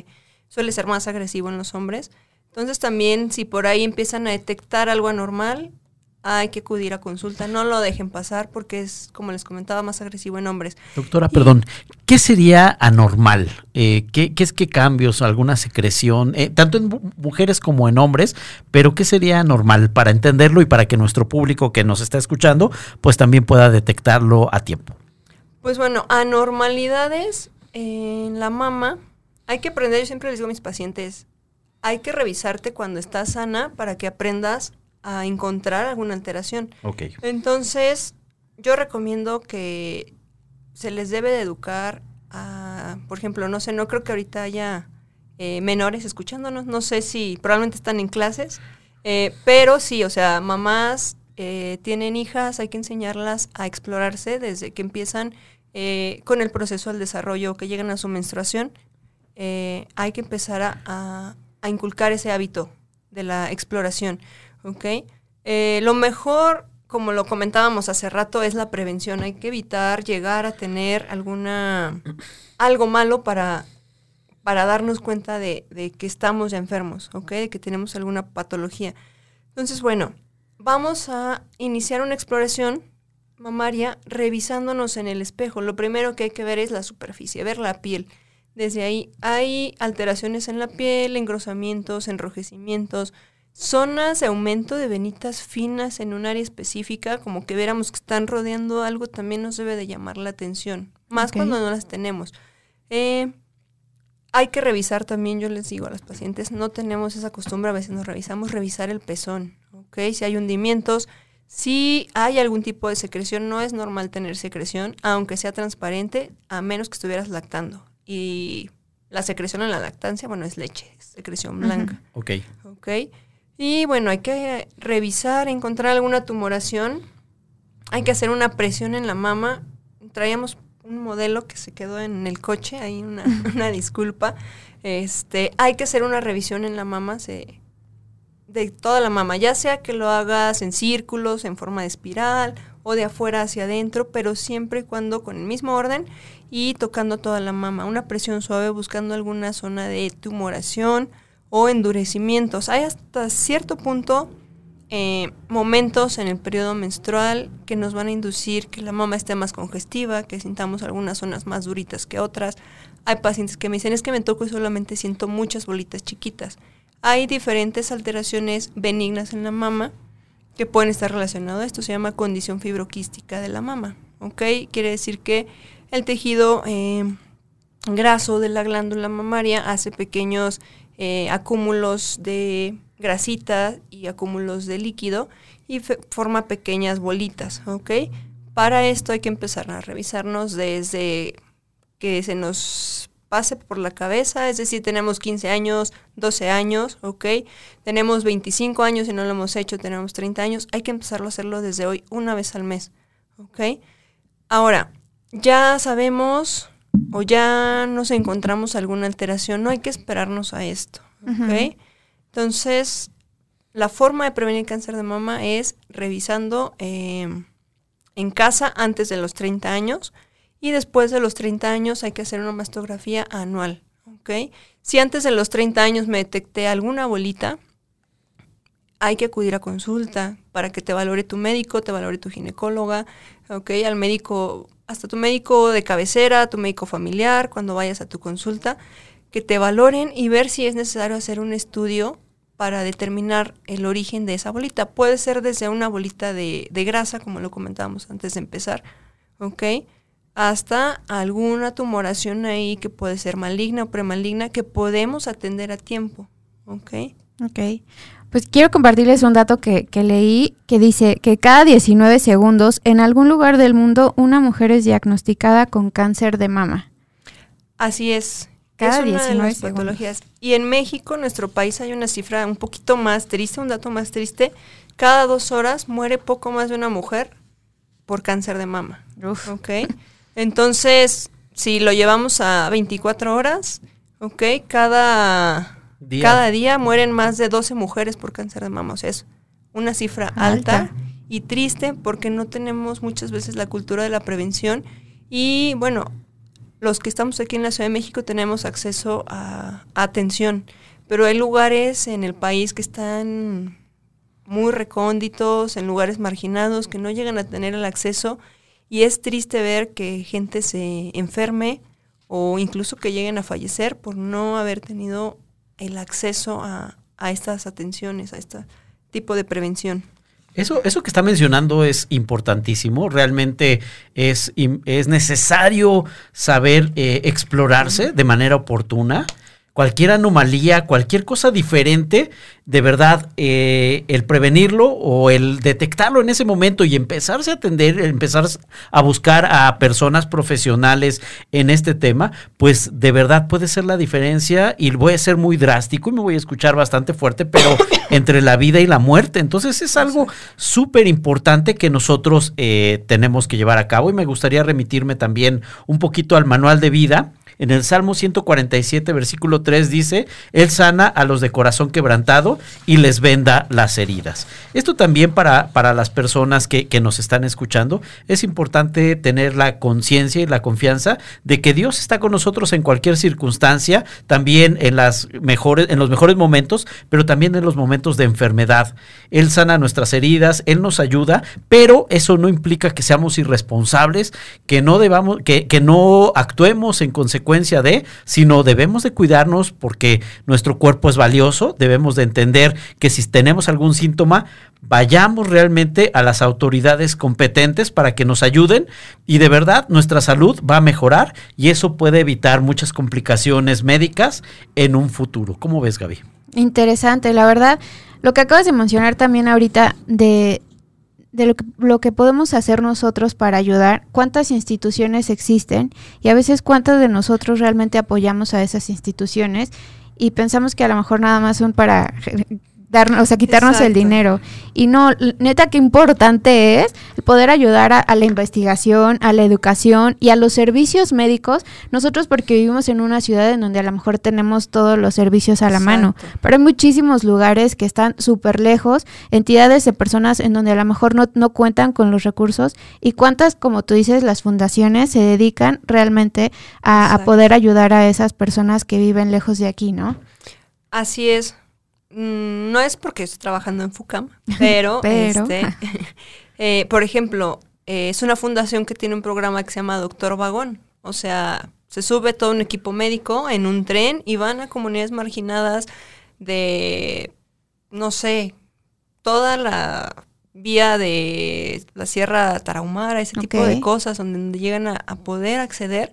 suele ser más agresivo en los hombres. Entonces también si por ahí empiezan a detectar algo anormal, hay que acudir a consulta, no lo dejen pasar porque es, como les comentaba, más agresivo en hombres. Doctora, perdón, ¿qué sería anormal? ¿Qué cambios, alguna secreción, tanto en mujeres como en hombres, pero qué sería anormal para entenderlo y para que nuestro público que nos está escuchando pues también pueda detectarlo a tiempo? Pues bueno, anormalidades en la mama, hay que aprender, yo siempre les digo a mis pacientes, hay que revisarte cuando estás sana para que aprendas a encontrar alguna alteración. Ok. Entonces, yo recomiendo que se les debe de educar a, por ejemplo, no sé, no creo que ahorita haya menores escuchándonos, no sé si probablemente están en clases, pero sí, o sea, mamás tienen hijas, hay que enseñarlas a explorarse desde que empiezan con el proceso del desarrollo, que llegan a su menstruación, hay que empezar a inculcar ese hábito de la exploración. ¿Ok? Lo mejor, como lo comentábamos hace rato, es la prevención. Hay que evitar llegar a tener algo malo para darnos cuenta de que estamos ya enfermos, ¿ok? De que tenemos alguna patología. Entonces, bueno, vamos a iniciar una exploración mamaria revisándonos en el espejo. Lo primero que hay que ver es la superficie, ver la piel. Desde ahí hay alteraciones en la piel, engrosamientos, enrojecimientos, zonas de aumento de venitas finas en un área específica, como que viéramos que están rodeando algo, también nos debe de llamar la atención, más cuando no las tenemos. Hay que revisar también, yo les digo a las pacientes, no tenemos esa costumbre, a veces nos revisar el pezón, ¿ok? Si hay hundimientos, si hay algún tipo de secreción, no es normal tener secreción, aunque sea transparente, a menos que estuvieras lactando. Y la secreción en la lactancia, bueno, es leche, es secreción blanca. Ok. ¿Ok? Y bueno, hay que revisar, encontrar alguna tumoración. Hay que hacer una presión en la mama. Traíamos un modelo que se quedó en el coche, ahí una disculpa. Hay que hacer una revisión en la mama de toda la mama, ya sea que lo hagas en círculos, en forma de espiral o de afuera hacia adentro, pero siempre y cuando con el mismo orden y tocando toda la mama. Una presión suave buscando alguna zona de tumoración o endurecimientos. Hay hasta cierto punto momentos en el periodo menstrual que nos van a inducir que la mama esté más congestiva, que sintamos algunas zonas más duritas que otras. Hay pacientes que me dicen, es que me toco y solamente siento muchas bolitas chiquitas. Hay diferentes alteraciones benignas en la mama que pueden estar relacionadas a esto. Se llama condición fibroquística de la mama. ¿Ok? Quiere decir que el tejido graso de la glándula mamaria hace pequeños acúmulos de grasita y acúmulos de líquido y forma pequeñas bolitas, ¿ok? Para esto hay que empezar a revisarnos desde que se nos pase por la cabeza, es decir, tenemos 15 años, 12 años, ¿ok? Tenemos 25 años y no lo hemos hecho, tenemos 30 años, hay que empezarlo a hacerlo desde hoy, una vez al mes, ¿ok? Ahora, ya sabemos o ya nos encontramos alguna alteración, no hay que esperarnos a esto, ¿ok? Entonces, la forma de prevenir cáncer de mama es revisando en casa antes de los 30 años y después de los 30 años hay que hacer una mastografía anual, ¿ok? Si antes de los 30 años me detecté alguna bolita, hay que acudir a consulta para que te valore tu médico, te valore tu ginecóloga, ¿ok? Al médico, hasta tu médico de cabecera, tu médico familiar, cuando vayas a tu consulta, que te valoren y ver si es necesario hacer un estudio para determinar el origen de esa bolita. Puede ser desde una bolita de grasa, como lo comentábamos antes de empezar, ¿ok? Hasta alguna tumoración ahí que puede ser maligna o premaligna que podemos atender a tiempo, ¿ok? Ok. Pues quiero compartirles un dato que leí que dice que cada 19 segundos en algún lugar del mundo una mujer es diagnosticada con cáncer de mama. Así es. Cada es una 19 de las segundos. patologías. Y en México, nuestro país, hay una cifra un poquito más triste, un dato más triste. Cada 2 horas muere poco más de una mujer por cáncer de mama. Uf. ¿Ok? Entonces, si lo llevamos a 24 horas, ¿ok? Cada día mueren más de 12 mujeres por cáncer de mama. O sea, es una cifra alta y triste porque no tenemos muchas veces la cultura de la prevención. Y bueno, los que estamos aquí en la Ciudad de México tenemos acceso a atención, pero hay lugares en el país que están muy recónditos, en lugares marginados, que no llegan a tener el acceso, y es triste ver que gente se enferme o incluso que lleguen a fallecer por no haber tenido el acceso a estas atenciones, a este tipo de prevención. Eso que está mencionando es importantísimo. Realmente es necesario saber explorarse de manera oportuna. Cualquier anomalía, cualquier cosa diferente, de verdad, el prevenirlo o el detectarlo en ese momento y empezarse a atender, empezar a buscar a personas profesionales en este tema, pues de verdad puede ser la diferencia, y voy a ser muy drástico y me voy a escuchar bastante fuerte, pero entre la vida y la muerte. Entonces es algo súper importante que nosotros tenemos que llevar a cabo, y me gustaría remitirme también un poquito al manual de vida. En el Salmo 147, versículo 3 dice, Él sana a los de corazón quebrantado y les venda las heridas. Esto también para las personas que nos están escuchando, es importante tener la conciencia y la confianza de que Dios está con nosotros en cualquier circunstancia, también en los mejores momentos, pero también en los momentos de enfermedad. Él sana nuestras heridas, Él nos ayuda, pero eso no implica que seamos irresponsables, que no actuemos en consecuencia sino debemos de cuidarnos porque nuestro cuerpo es valioso. Debemos de entender que si tenemos algún síntoma, vayamos realmente a las autoridades competentes para que nos ayuden, y de verdad nuestra salud va a mejorar, y eso puede evitar muchas complicaciones médicas en un futuro. ¿Cómo ves, Gaby? Interesante, la verdad, lo que acabas de mencionar también ahorita de lo que podemos hacer nosotros para ayudar, cuántas instituciones existen y a veces cuántos de nosotros realmente apoyamos a esas instituciones y pensamos que a lo mejor nada más son para quitarnos Exacto. el dinero. Y no, neta, qué importante es poder ayudar a la investigación, a la educación y a los servicios médicos. Nosotros porque vivimos en una ciudad en donde a lo mejor tenemos todos los servicios a la mano, pero hay muchísimos lugares que están súper lejos, entidades de personas en donde a lo mejor no cuentan con los recursos, y cuántas, como tú dices, las fundaciones se dedican realmente a poder ayudar a esas personas que viven lejos de aquí, ¿no? Así es. No es porque estoy trabajando en FUCAM, pero. Por ejemplo, es una fundación que tiene un programa que se llama Doctor Vagón. O sea, se sube todo un equipo médico en un tren y van a comunidades marginadas de, no sé, toda la vía de la Sierra Tarahumara, ese tipo de cosas, donde llegan a poder acceder.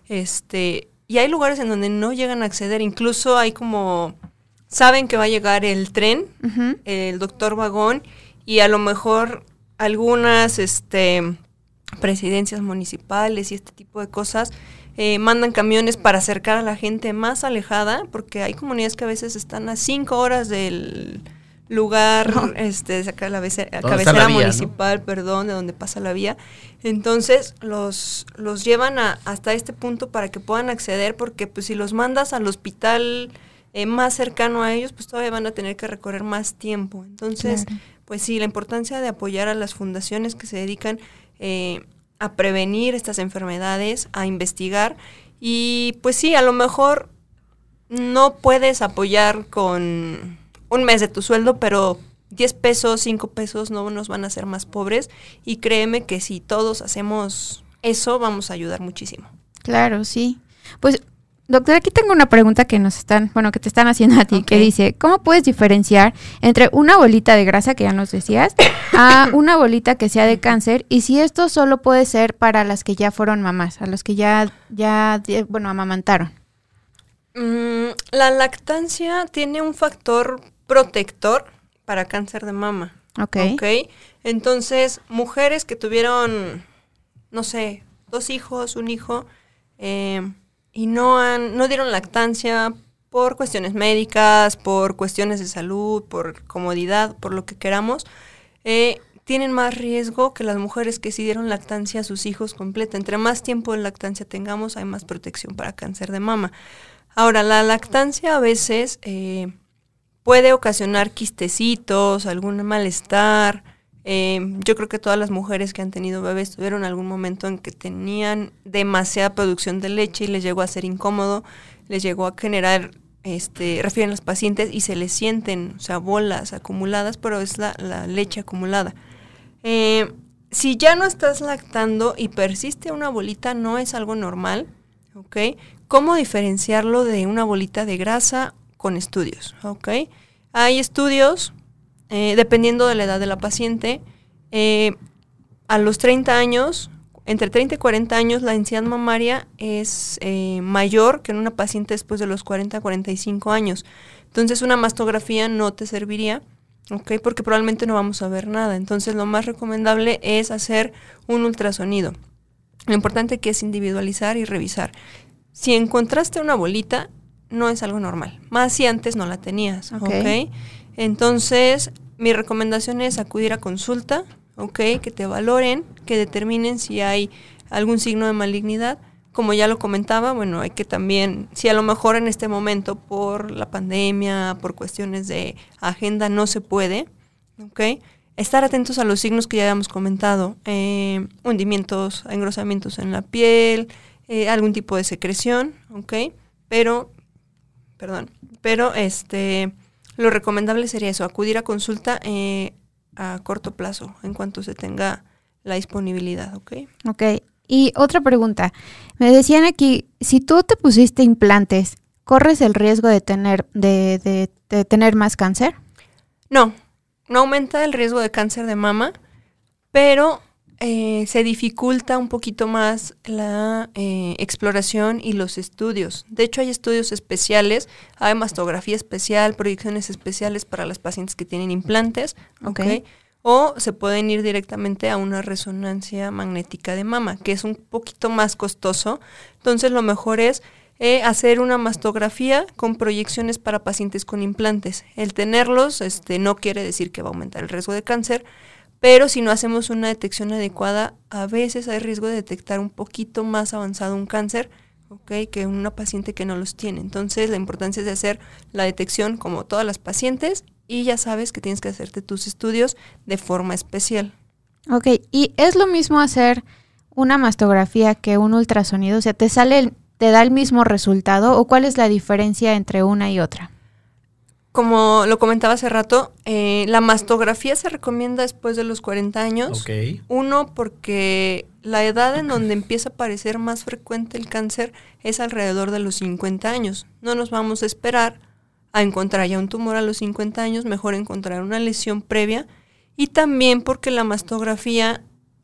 Y hay lugares en donde no llegan a acceder, incluso hay como... Saben que va a llegar el tren, el Doctor Vagón, y a lo mejor algunas presidencias municipales y este tipo de cosas mandan camiones para acercar a la gente más alejada, porque hay comunidades que a veces están a 5 horas del lugar, de sacar la cabecera municipal, ¿no? Perdón, de donde pasa la vía. Entonces los llevan hasta este punto para que puedan acceder, porque pues si los mandas al hospital más cercano a ellos, pues todavía van a tener que recorrer más tiempo. Entonces, pues sí, la importancia de apoyar a las fundaciones que se dedican a prevenir estas enfermedades, a investigar, y pues sí, a lo mejor no puedes apoyar con un mes de tu sueldo, pero 10 pesos, 5 pesos no nos van a hacer más pobres, y créeme que si todos hacemos eso, vamos a ayudar muchísimo. Claro, sí. Pues, doctora, aquí tengo una pregunta que que te están haciendo a ti, que dice, ¿cómo puedes diferenciar entre una bolita de grasa, que ya nos decías, a una bolita que sea de cáncer, y si esto solo puede ser para las que ya fueron mamás, a los que ya amamantaron? La lactancia tiene un factor protector para cáncer de mama. Ok. Entonces, mujeres que tuvieron, no sé, 2 hijos, un hijo, y no dieron lactancia por cuestiones médicas, por cuestiones de salud, por comodidad, por lo que queramos, tienen más riesgo que las mujeres que sí dieron lactancia a sus hijos completa. Entre más tiempo de lactancia tengamos, hay más protección para cáncer de mama. Ahora, la lactancia a veces puede ocasionar quistecitos, algún malestar, Yo creo que todas las mujeres que han tenido bebés tuvieron algún momento en que tenían demasiada producción de leche y les llegó a ser incómodo, les llegó a generar, refieren los pacientes y se les sienten, o sea, bolas acumuladas, pero es la leche acumulada. Si ya no estás lactando y persiste una bolita, no es algo normal, ¿ok? ¿Cómo diferenciarlo de una bolita de grasa? Con estudios, ¿ok? Hay estudios, dependiendo de la edad de la paciente, a los 30 años, entre 30 y 40 años, la densidad mamaria es mayor que en una paciente después de los 40 a 45 años. Entonces, una mastografía no te serviría, ¿ok? Porque probablemente no vamos a ver nada. Entonces, lo más recomendable es hacer un ultrasonido. Lo importante que es individualizar y revisar. Si encontraste una bolita, no es algo normal, más si antes no la tenías, ¿ok? Entonces, mi recomendación es acudir a consulta, ¿ok? Que te valoren, que determinen si hay algún signo de malignidad. Como ya lo comentaba, bueno, hay que también, si a lo mejor en este momento por la pandemia, por cuestiones de agenda no se puede, ¿ok? Estar atentos a los signos que ya habíamos comentado, hundimientos, engrosamientos en la piel, algún tipo de secreción, ¿ok? Pero lo recomendable sería eso, acudir a consulta a corto plazo, en cuanto se tenga la disponibilidad, ¿ok? Ok, y otra pregunta, me decían aquí, si tú te pusiste implantes, ¿corres el riesgo de tener más cáncer? No aumenta el riesgo de cáncer de mama, pero se dificulta un poquito más la exploración y los estudios. De hecho, hay estudios especiales, hay mastografía especial, proyecciones especiales para las pacientes que tienen implantes, ¿ok? O se pueden ir directamente a una resonancia magnética de mama, que es un poquito más costoso. Entonces, lo mejor es hacer una mastografía con proyecciones para pacientes con implantes. El tenerlos no quiere decir que va a aumentar el riesgo de cáncer, pero si no hacemos una detección adecuada, a veces hay riesgo de detectar un poquito más avanzado un cáncer, ¿ok? Que una paciente que no los tiene. Entonces, la importancia es de hacer la detección como todas las pacientes y ya sabes que tienes que hacerte tus estudios de forma especial. Ok, ¿y es lo mismo hacer una mastografía que un ultrasonido? O sea, ¿te da el mismo resultado o cuál es la diferencia entre una y otra? Como lo comentaba hace rato, la mastografía se recomienda después de los 40 años. Okay. Uno, porque la edad en donde empieza a aparecer más frecuente el cáncer es alrededor de los 50 años. No nos vamos a esperar a encontrar ya un tumor a los 50 años, mejor encontrar una lesión previa. Y también porque la mastografía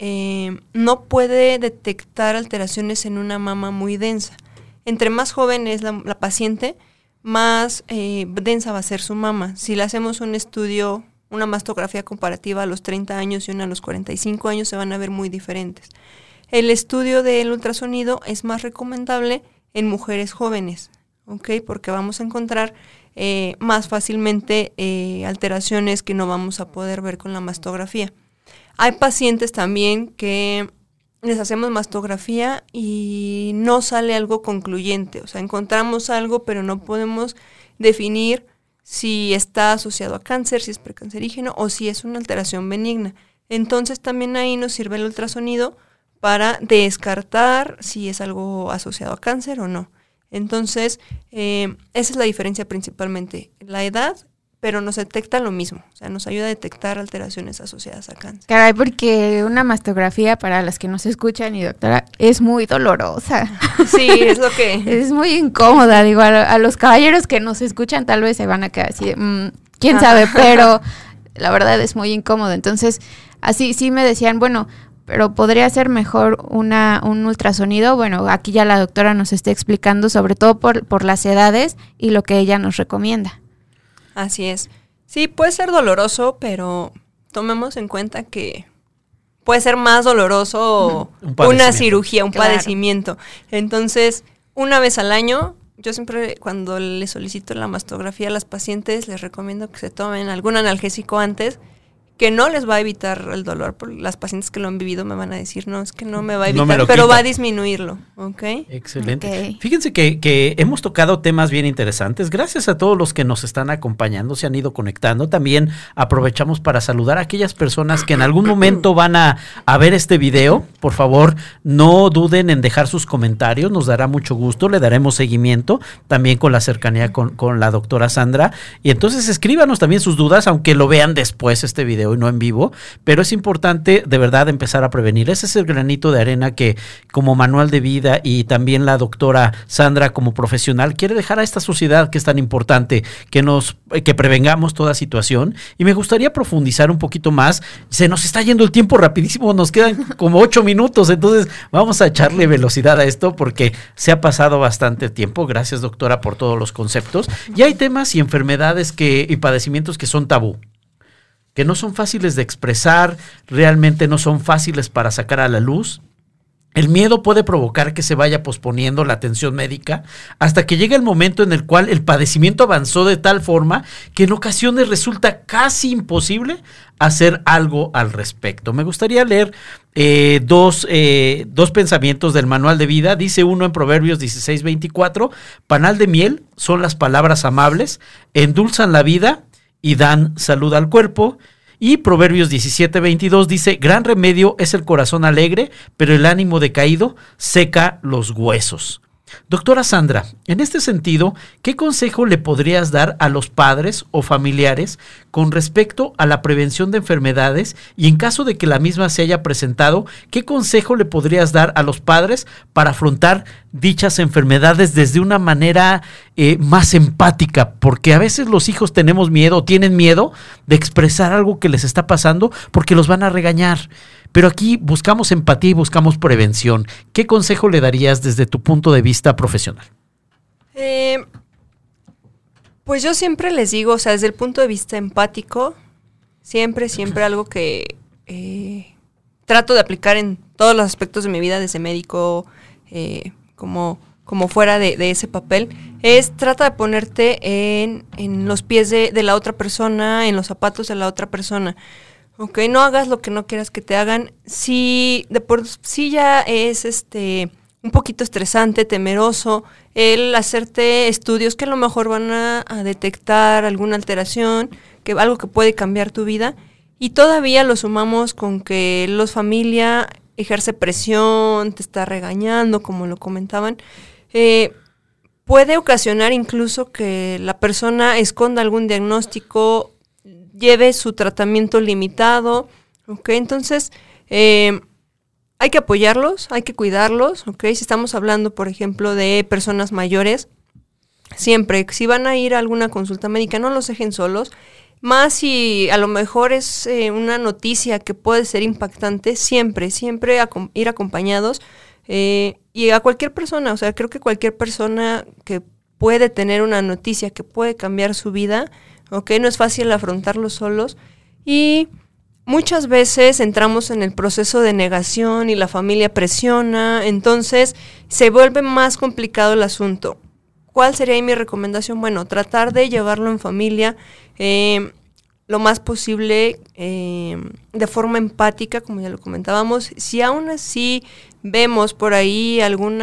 no puede detectar alteraciones en una mama muy densa. Entre más joven es la paciente, más densa va a ser su mama. Si le hacemos un estudio, una mastografía comparativa a los 30 años y una a los 45 años, se van a ver muy diferentes. El estudio del ultrasonido es más recomendable en mujeres jóvenes, ¿ok? Porque vamos a encontrar más fácilmente alteraciones que no vamos a poder ver con la mastografía. Hay pacientes también que les hacemos mastografía y no sale algo concluyente, o sea, encontramos algo pero no podemos definir si está asociado a cáncer, si es precancerígeno o si es una alteración benigna. Entonces también ahí nos sirve el ultrasonido para descartar si es algo asociado a cáncer o no. Entonces, esa es la diferencia principalmente, la edad, pero nos detecta lo mismo, o sea, nos ayuda a detectar alteraciones asociadas a cáncer. Caray, porque una mastografía, para las que nos escuchan y doctora, es muy dolorosa. Sí, es lo que... Es muy incómoda, digo, a los caballeros que nos escuchan tal vez se van a quedar así de, quién sabe, pero la verdad es muy incómodo. Entonces, así sí me decían, bueno, pero podría ser mejor un ultrasonido. Bueno, aquí ya la doctora nos está explicando, sobre todo por las edades y lo que ella nos recomienda. Así es. Sí, puede ser doloroso, pero tomemos en cuenta que puede ser más doloroso una cirugía, un padecimiento. Entonces, una vez al año, yo siempre cuando les solicito la mastografía a las pacientes, les recomiendo que se tomen algún analgésico antes, que no les va a evitar el dolor. Las pacientes que lo han vivido me van a decir, no, es que no me va a No me evitar, lo pero quita. va a disminuirlo, ¿ok? Excelente. Ok. Fíjense que hemos tocado temas bien interesantes. Gracias a todos los que nos están acompañando, se han ido conectando. También aprovechamos para saludar a aquellas personas que en algún momento van a ver este video. Por favor, no duden en dejar sus comentarios, nos dará mucho gusto, le daremos seguimiento también con la cercanía con la doctora Sandra. Y entonces escríbanos también sus dudas, aunque lo vean después este video y no en vivo, pero es importante de verdad empezar a prevenir. Ese es el granito de arena que como manual de vida y también la doctora Sandra como profesional quiere dejar a esta sociedad que es tan importante, que prevengamos toda situación. Y me gustaría profundizar un poquito más. Se nos está yendo el tiempo rapidísimo, nos quedan como 8 minutos, entonces vamos a echarle velocidad a esto porque se ha pasado bastante tiempo. Gracias, doctora, por todos los conceptos. Y hay temas y enfermedades y padecimientos que son tabú, que no son fáciles de expresar, realmente no son fáciles para sacar a la luz. El miedo puede provocar que se vaya posponiendo la atención médica hasta que llegue el momento en el cual el padecimiento avanzó de tal forma que en ocasiones resulta casi imposible hacer algo al respecto. Me gustaría leer dos pensamientos del manual de vida. Dice uno en Proverbios 16:24, panal de miel son las palabras amables, endulzan la vida y dan salud al cuerpo. Y Proverbios 17:22 dice, gran remedio es el corazón alegre, pero el ánimo decaído seca los huesos. Doctora Sandra, en este sentido, ¿qué consejo le podrías dar a los padres o familiares con respecto a la prevención de enfermedades? Y en caso de que la misma se haya presentado, ¿qué consejo le podrías dar a los padres para afrontar dichas enfermedades desde una manera más empática? Porque a veces los hijos tenemos miedo, tienen miedo de expresar algo que les está pasando porque los van a regañar. Pero aquí buscamos empatía y buscamos prevención. ¿Qué consejo le darías desde tu punto de vista profesional? Pues yo siempre les digo, o sea, desde el punto de vista empático, siempre algo que trato de aplicar en todos los aspectos de mi vida, desde médico, como fuera de ese papel, es trata de ponerte en los pies de la otra persona, en los zapatos de la otra persona. Ok, no hagas lo que no quieras que te hagan. Si de por sí ya es un poquito estresante, temeroso, el hacerte estudios que a lo mejor van a detectar alguna alteración, algo que puede cambiar tu vida, y todavía lo sumamos con que los familia ejerce presión, te está regañando, como lo comentaban, puede ocasionar incluso que la persona esconda algún diagnóstico, lleve su tratamiento limitado, ¿ok? Entonces, hay que apoyarlos, hay que cuidarlos, ¿ok? Si estamos hablando, por ejemplo, de personas mayores, siempre, si van a ir a alguna consulta médica, no los dejen solos, más si a lo mejor es una noticia que puede ser impactante, siempre ir acompañados, y a cualquier persona, o sea, creo que cualquier persona que puede tener una noticia que puede cambiar su vida, ¿ok? No es fácil afrontarlo solos y muchas veces entramos en el proceso de negación y la familia presiona, entonces se vuelve más complicado el asunto. ¿Cuál sería mi recomendación? Bueno, tratar de llevarlo en familia lo más posible de forma empática, como ya lo comentábamos. Si aún así vemos por ahí algún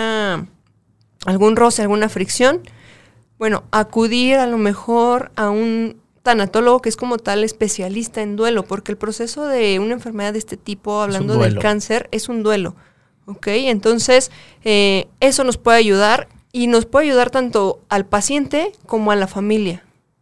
roce, alguna fricción, bueno, acudir a lo mejor a un tanatólogo que es como tal especialista en duelo, porque el proceso de una enfermedad de este tipo, hablando del cáncer, es un duelo, ¿ok? Entonces, eso nos puede ayudar y nos puede ayudar tanto al paciente como a la familia.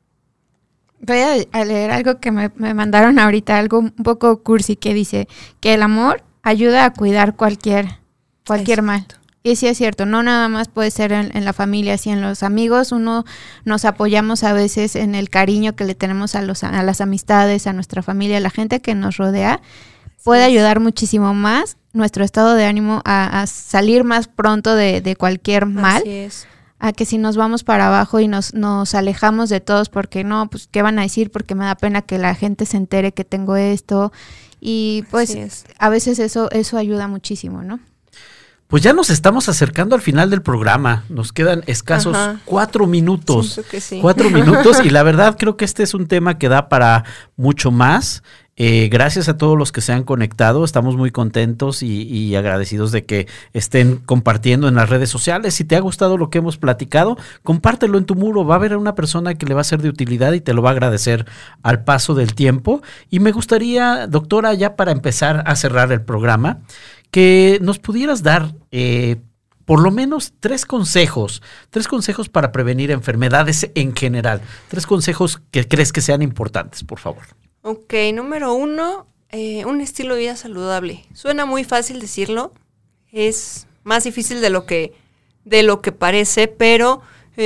Voy a leer algo que me mandaron ahorita, algo un poco cursi, que dice que el amor ayuda a cuidar cualquier mal. Y sí es cierto, no nada más puede ser en la familia, sí en los amigos, uno nos apoyamos a veces en el cariño que le tenemos a las amistades, a nuestra familia, a la gente que nos rodea, puede ayudar muchísimo más nuestro estado de ánimo a salir más pronto de cualquier mal, a que si nos vamos para abajo y nos alejamos de todos porque no, pues qué van a decir, porque me da pena que la gente se entere que tengo esto, y pues a veces eso ayuda muchísimo, ¿no? Pues ya nos estamos acercando al final del programa. Nos quedan escasos 4 minutos. Siento que sí. 4 minutos y la verdad creo que este es un tema que da para mucho más. Gracias a todos los que se han conectado, estamos muy contentos y agradecidos de que estén compartiendo en las redes sociales. Si te ha gustado lo que hemos platicado, compártelo en tu muro, va a haber una persona que le va a ser de utilidad y te lo va a agradecer al paso del tiempo. Y me gustaría, doctora, ya para empezar a cerrar el programa, que nos pudieras dar por lo menos tres consejos para prevenir enfermedades en general, 3 consejos que crees que sean importantes, por favor. Ok, número 1, un estilo de vida saludable. Suena muy fácil decirlo, es más difícil de lo que parece, pero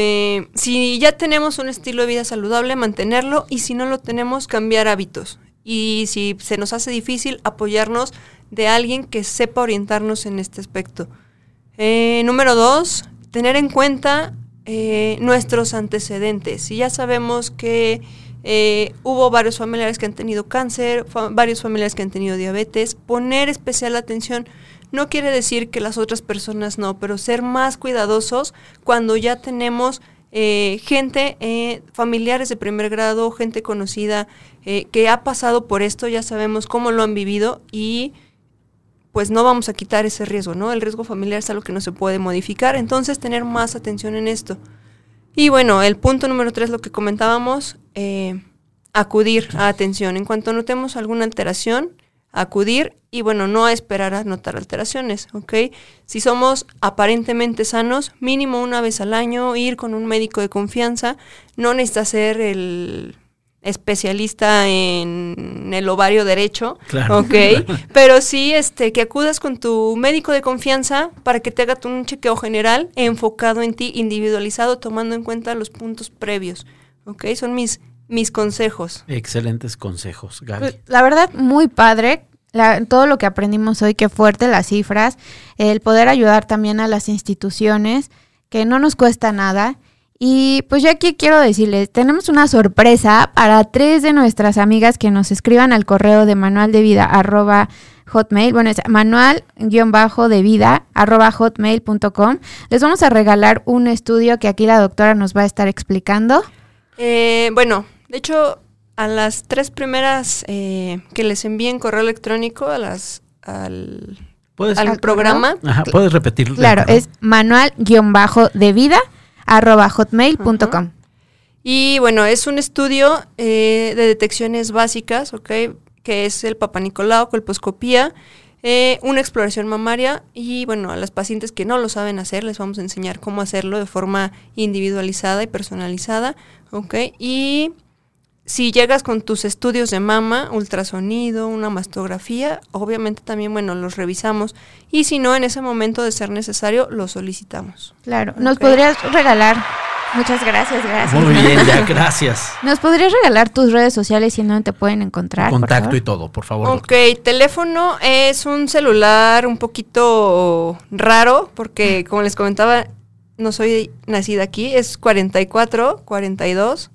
si ya tenemos un estilo de vida saludable, mantenerlo, y si no lo tenemos, cambiar hábitos. Y si se nos hace difícil, apoyarnos de alguien que sepa orientarnos en este aspecto. Número 2, tener en cuenta nuestros antecedentes. Si ya sabemos que hubo varios familiares que han tenido cáncer, varios familiares que han tenido diabetes, poner especial atención. No quiere decir que las otras personas no, pero ser más cuidadosos cuando ya tenemos gente, familiares de primer grado, gente conocida que ha pasado por esto, ya sabemos cómo lo han vivido y pues no vamos a quitar ese riesgo, ¿no? El riesgo familiar es algo que no se puede modificar, entonces tener más atención en esto. Y bueno, el punto número 3, lo que comentábamos, acudir a atención. En cuanto notemos alguna alteración, acudir y bueno, no esperar a notar alteraciones, ¿ok? Si somos aparentemente sanos, mínimo una vez al año, ir con un médico de confianza, no necesita ser el especialista en el ovario derecho, claro, ¿ok? Pero sí que acudas con tu médico de confianza para que te haga un chequeo general enfocado en ti, individualizado, tomando en cuenta los puntos previos, ¿ok? Son mis consejos. Excelentes consejos, Gaby. Pues, la verdad, muy padre. Todo lo que aprendimos hoy, qué fuerte las cifras, el poder ayudar también a las instituciones, que no nos cuesta nada. Y pues yo aquí quiero decirles, tenemos una sorpresa para 3 de nuestras amigas que nos escriban al correo de manualdevida@hotmail, bueno, es manual-devida@hotmail.com. Les vamos a regalar un estudio que aquí la doctora nos va a estar explicando. Bueno, de hecho, a las 3 primeras que les envíen correo electrónico al programa. Ajá, puedes repetirlo. Claro, es manual-devida@hotmail.com. Y bueno, es un estudio de detecciones básicas, ¿ok? Que es el Papá Nicolau, colposcopía, una exploración mamaria y bueno, a las pacientes que no lo saben hacer les vamos a enseñar cómo hacerlo de forma individualizada y personalizada, ¿ok? Y si llegas con tus estudios de mama, ultrasonido, una mastografía, obviamente también, bueno, los revisamos. Y si no, en ese momento de ser necesario, los solicitamos. Claro. ¿Nos podrías regalar? Muchas gracias. Muy bien, ya, gracias. ¿Nos podrías regalar tus redes sociales y en dónde te pueden encontrar? Contacto y todo, por favor. Ok, teléfono es un celular un poquito raro, porque como les comentaba, no soy nacida aquí, es 44 42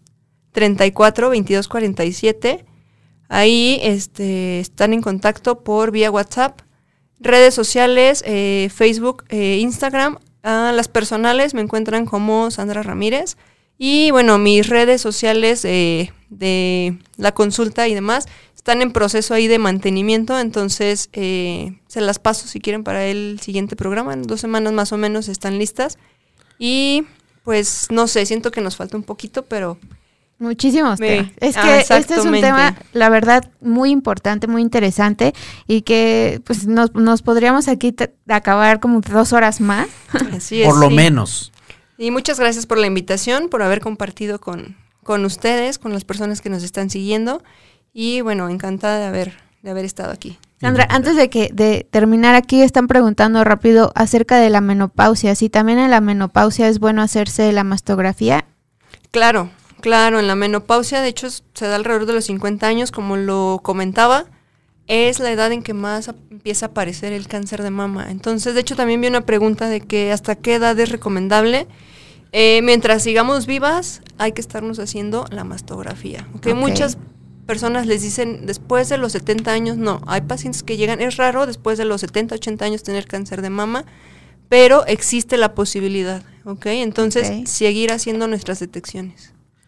34 22 47. Ahí están en contacto por vía WhatsApp. Redes sociales, Facebook, Instagram. Las personales me encuentran como Sandra Ramírez. Y bueno, mis redes sociales de la consulta y demás están en proceso ahí de mantenimiento. Entonces se las paso si quieren para el siguiente programa. En 2 semanas más o menos están listas. Y pues no sé, siento que nos falta un poquito, pero... Muchísimos temas. Es que este es un tema, la verdad, muy importante, muy interesante y que pues nos podríamos aquí acabar como 2 horas más. Así es, por lo menos. Y muchas gracias por la invitación, por haber compartido con ustedes, con las personas que nos están siguiendo y bueno, encantada de haber estado aquí. Sandra, antes de terminar aquí, están preguntando rápido acerca de la menopausia. Si también en la menopausia es bueno hacerse la mastografía. Claro, en la menopausia, de hecho, se da alrededor de los 50 años, como lo comentaba, es la edad en que más empieza a aparecer el cáncer de mama. Entonces, de hecho, también vi una pregunta de que hasta qué edad es recomendable. Mientras sigamos vivas, hay que estarnos haciendo la mastografía. Okay. Muchas personas les dicen después de los 70 años, no, hay pacientes que llegan, es raro después de los 70, 80 años tener cáncer de mama, pero existe la posibilidad, ¿ok? Entonces, seguir haciendo nuestras detecciones.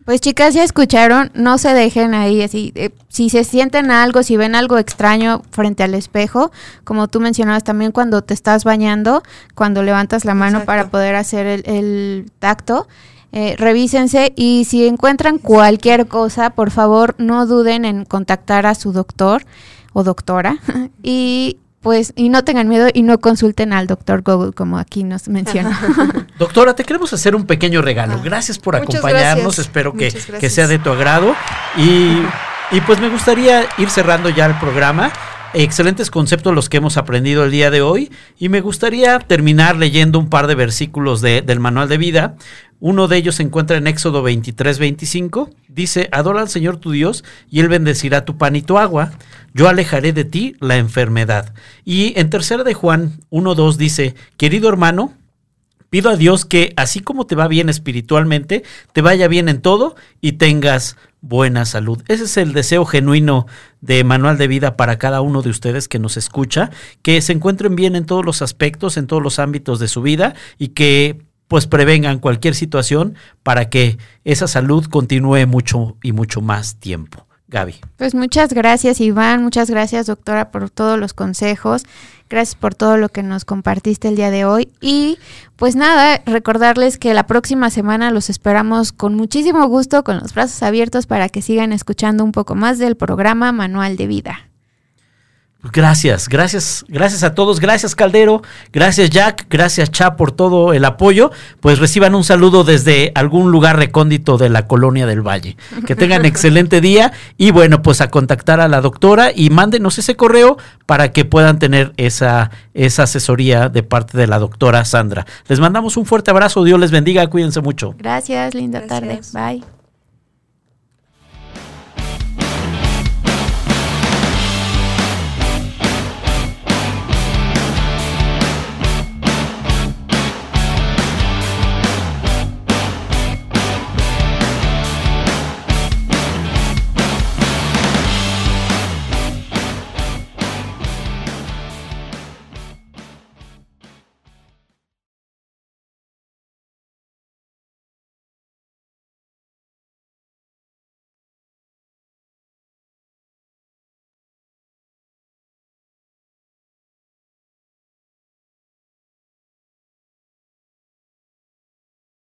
Pues chicas, ya escucharon, no se dejen ahí así, si se sienten algo, si ven algo extraño frente al espejo, como tú mencionabas también cuando te estás bañando, cuando levantas la mano Exacto. para poder hacer el tacto, revísense y si encuentran cualquier cosa, por favor no duden en contactar a su doctor o doctora y no tengan miedo y no consulten al doctor Google como aquí nos menciona. Doctora, te queremos hacer un pequeño regalo. Gracias por Muchas acompañarnos. gracias. Espero que Muchas gracias. sea de tu agrado. Y pues me gustaría ir cerrando ya el programa. Excelentes conceptos los que hemos aprendido el día de hoy. Y me gustaría terminar leyendo un par de versículos del Manual de Vida. Uno de ellos se encuentra en Éxodo 23:25. Dice, adora al Señor tu Dios y Él bendecirá tu pan y tu agua. Yo alejaré de ti la enfermedad. Y en 3 de Juan 1:2 dice, querido hermano, pido a Dios que así como te va bien espiritualmente, te vaya bien en todo y tengas buena salud. Ese es el deseo genuino de Manual de Vida para cada uno de ustedes que nos escucha, que se encuentren bien en todos los aspectos, en todos los ámbitos de su vida y que pues prevengan cualquier situación para que esa salud continúe mucho y mucho más tiempo. Gaby. Pues muchas gracias, Iván, muchas gracias, doctora, por todos los consejos, gracias por todo lo que nos compartiste el día de hoy y pues nada, recordarles que la próxima semana los esperamos con muchísimo gusto, con los brazos abiertos para que sigan escuchando un poco más del programa Manual de Vida. Gracias a todos, gracias Caldero, gracias Jack, gracias Cha por todo el apoyo, pues reciban un saludo desde algún lugar recóndito de la Colonia del Valle, que tengan excelente día y bueno, pues a contactar a la doctora y mándenos ese correo para que puedan tener esa asesoría de parte de la doctora Sandra. Les mandamos un fuerte abrazo, Dios les bendiga, cuídense mucho. Gracias, linda tarde, bye.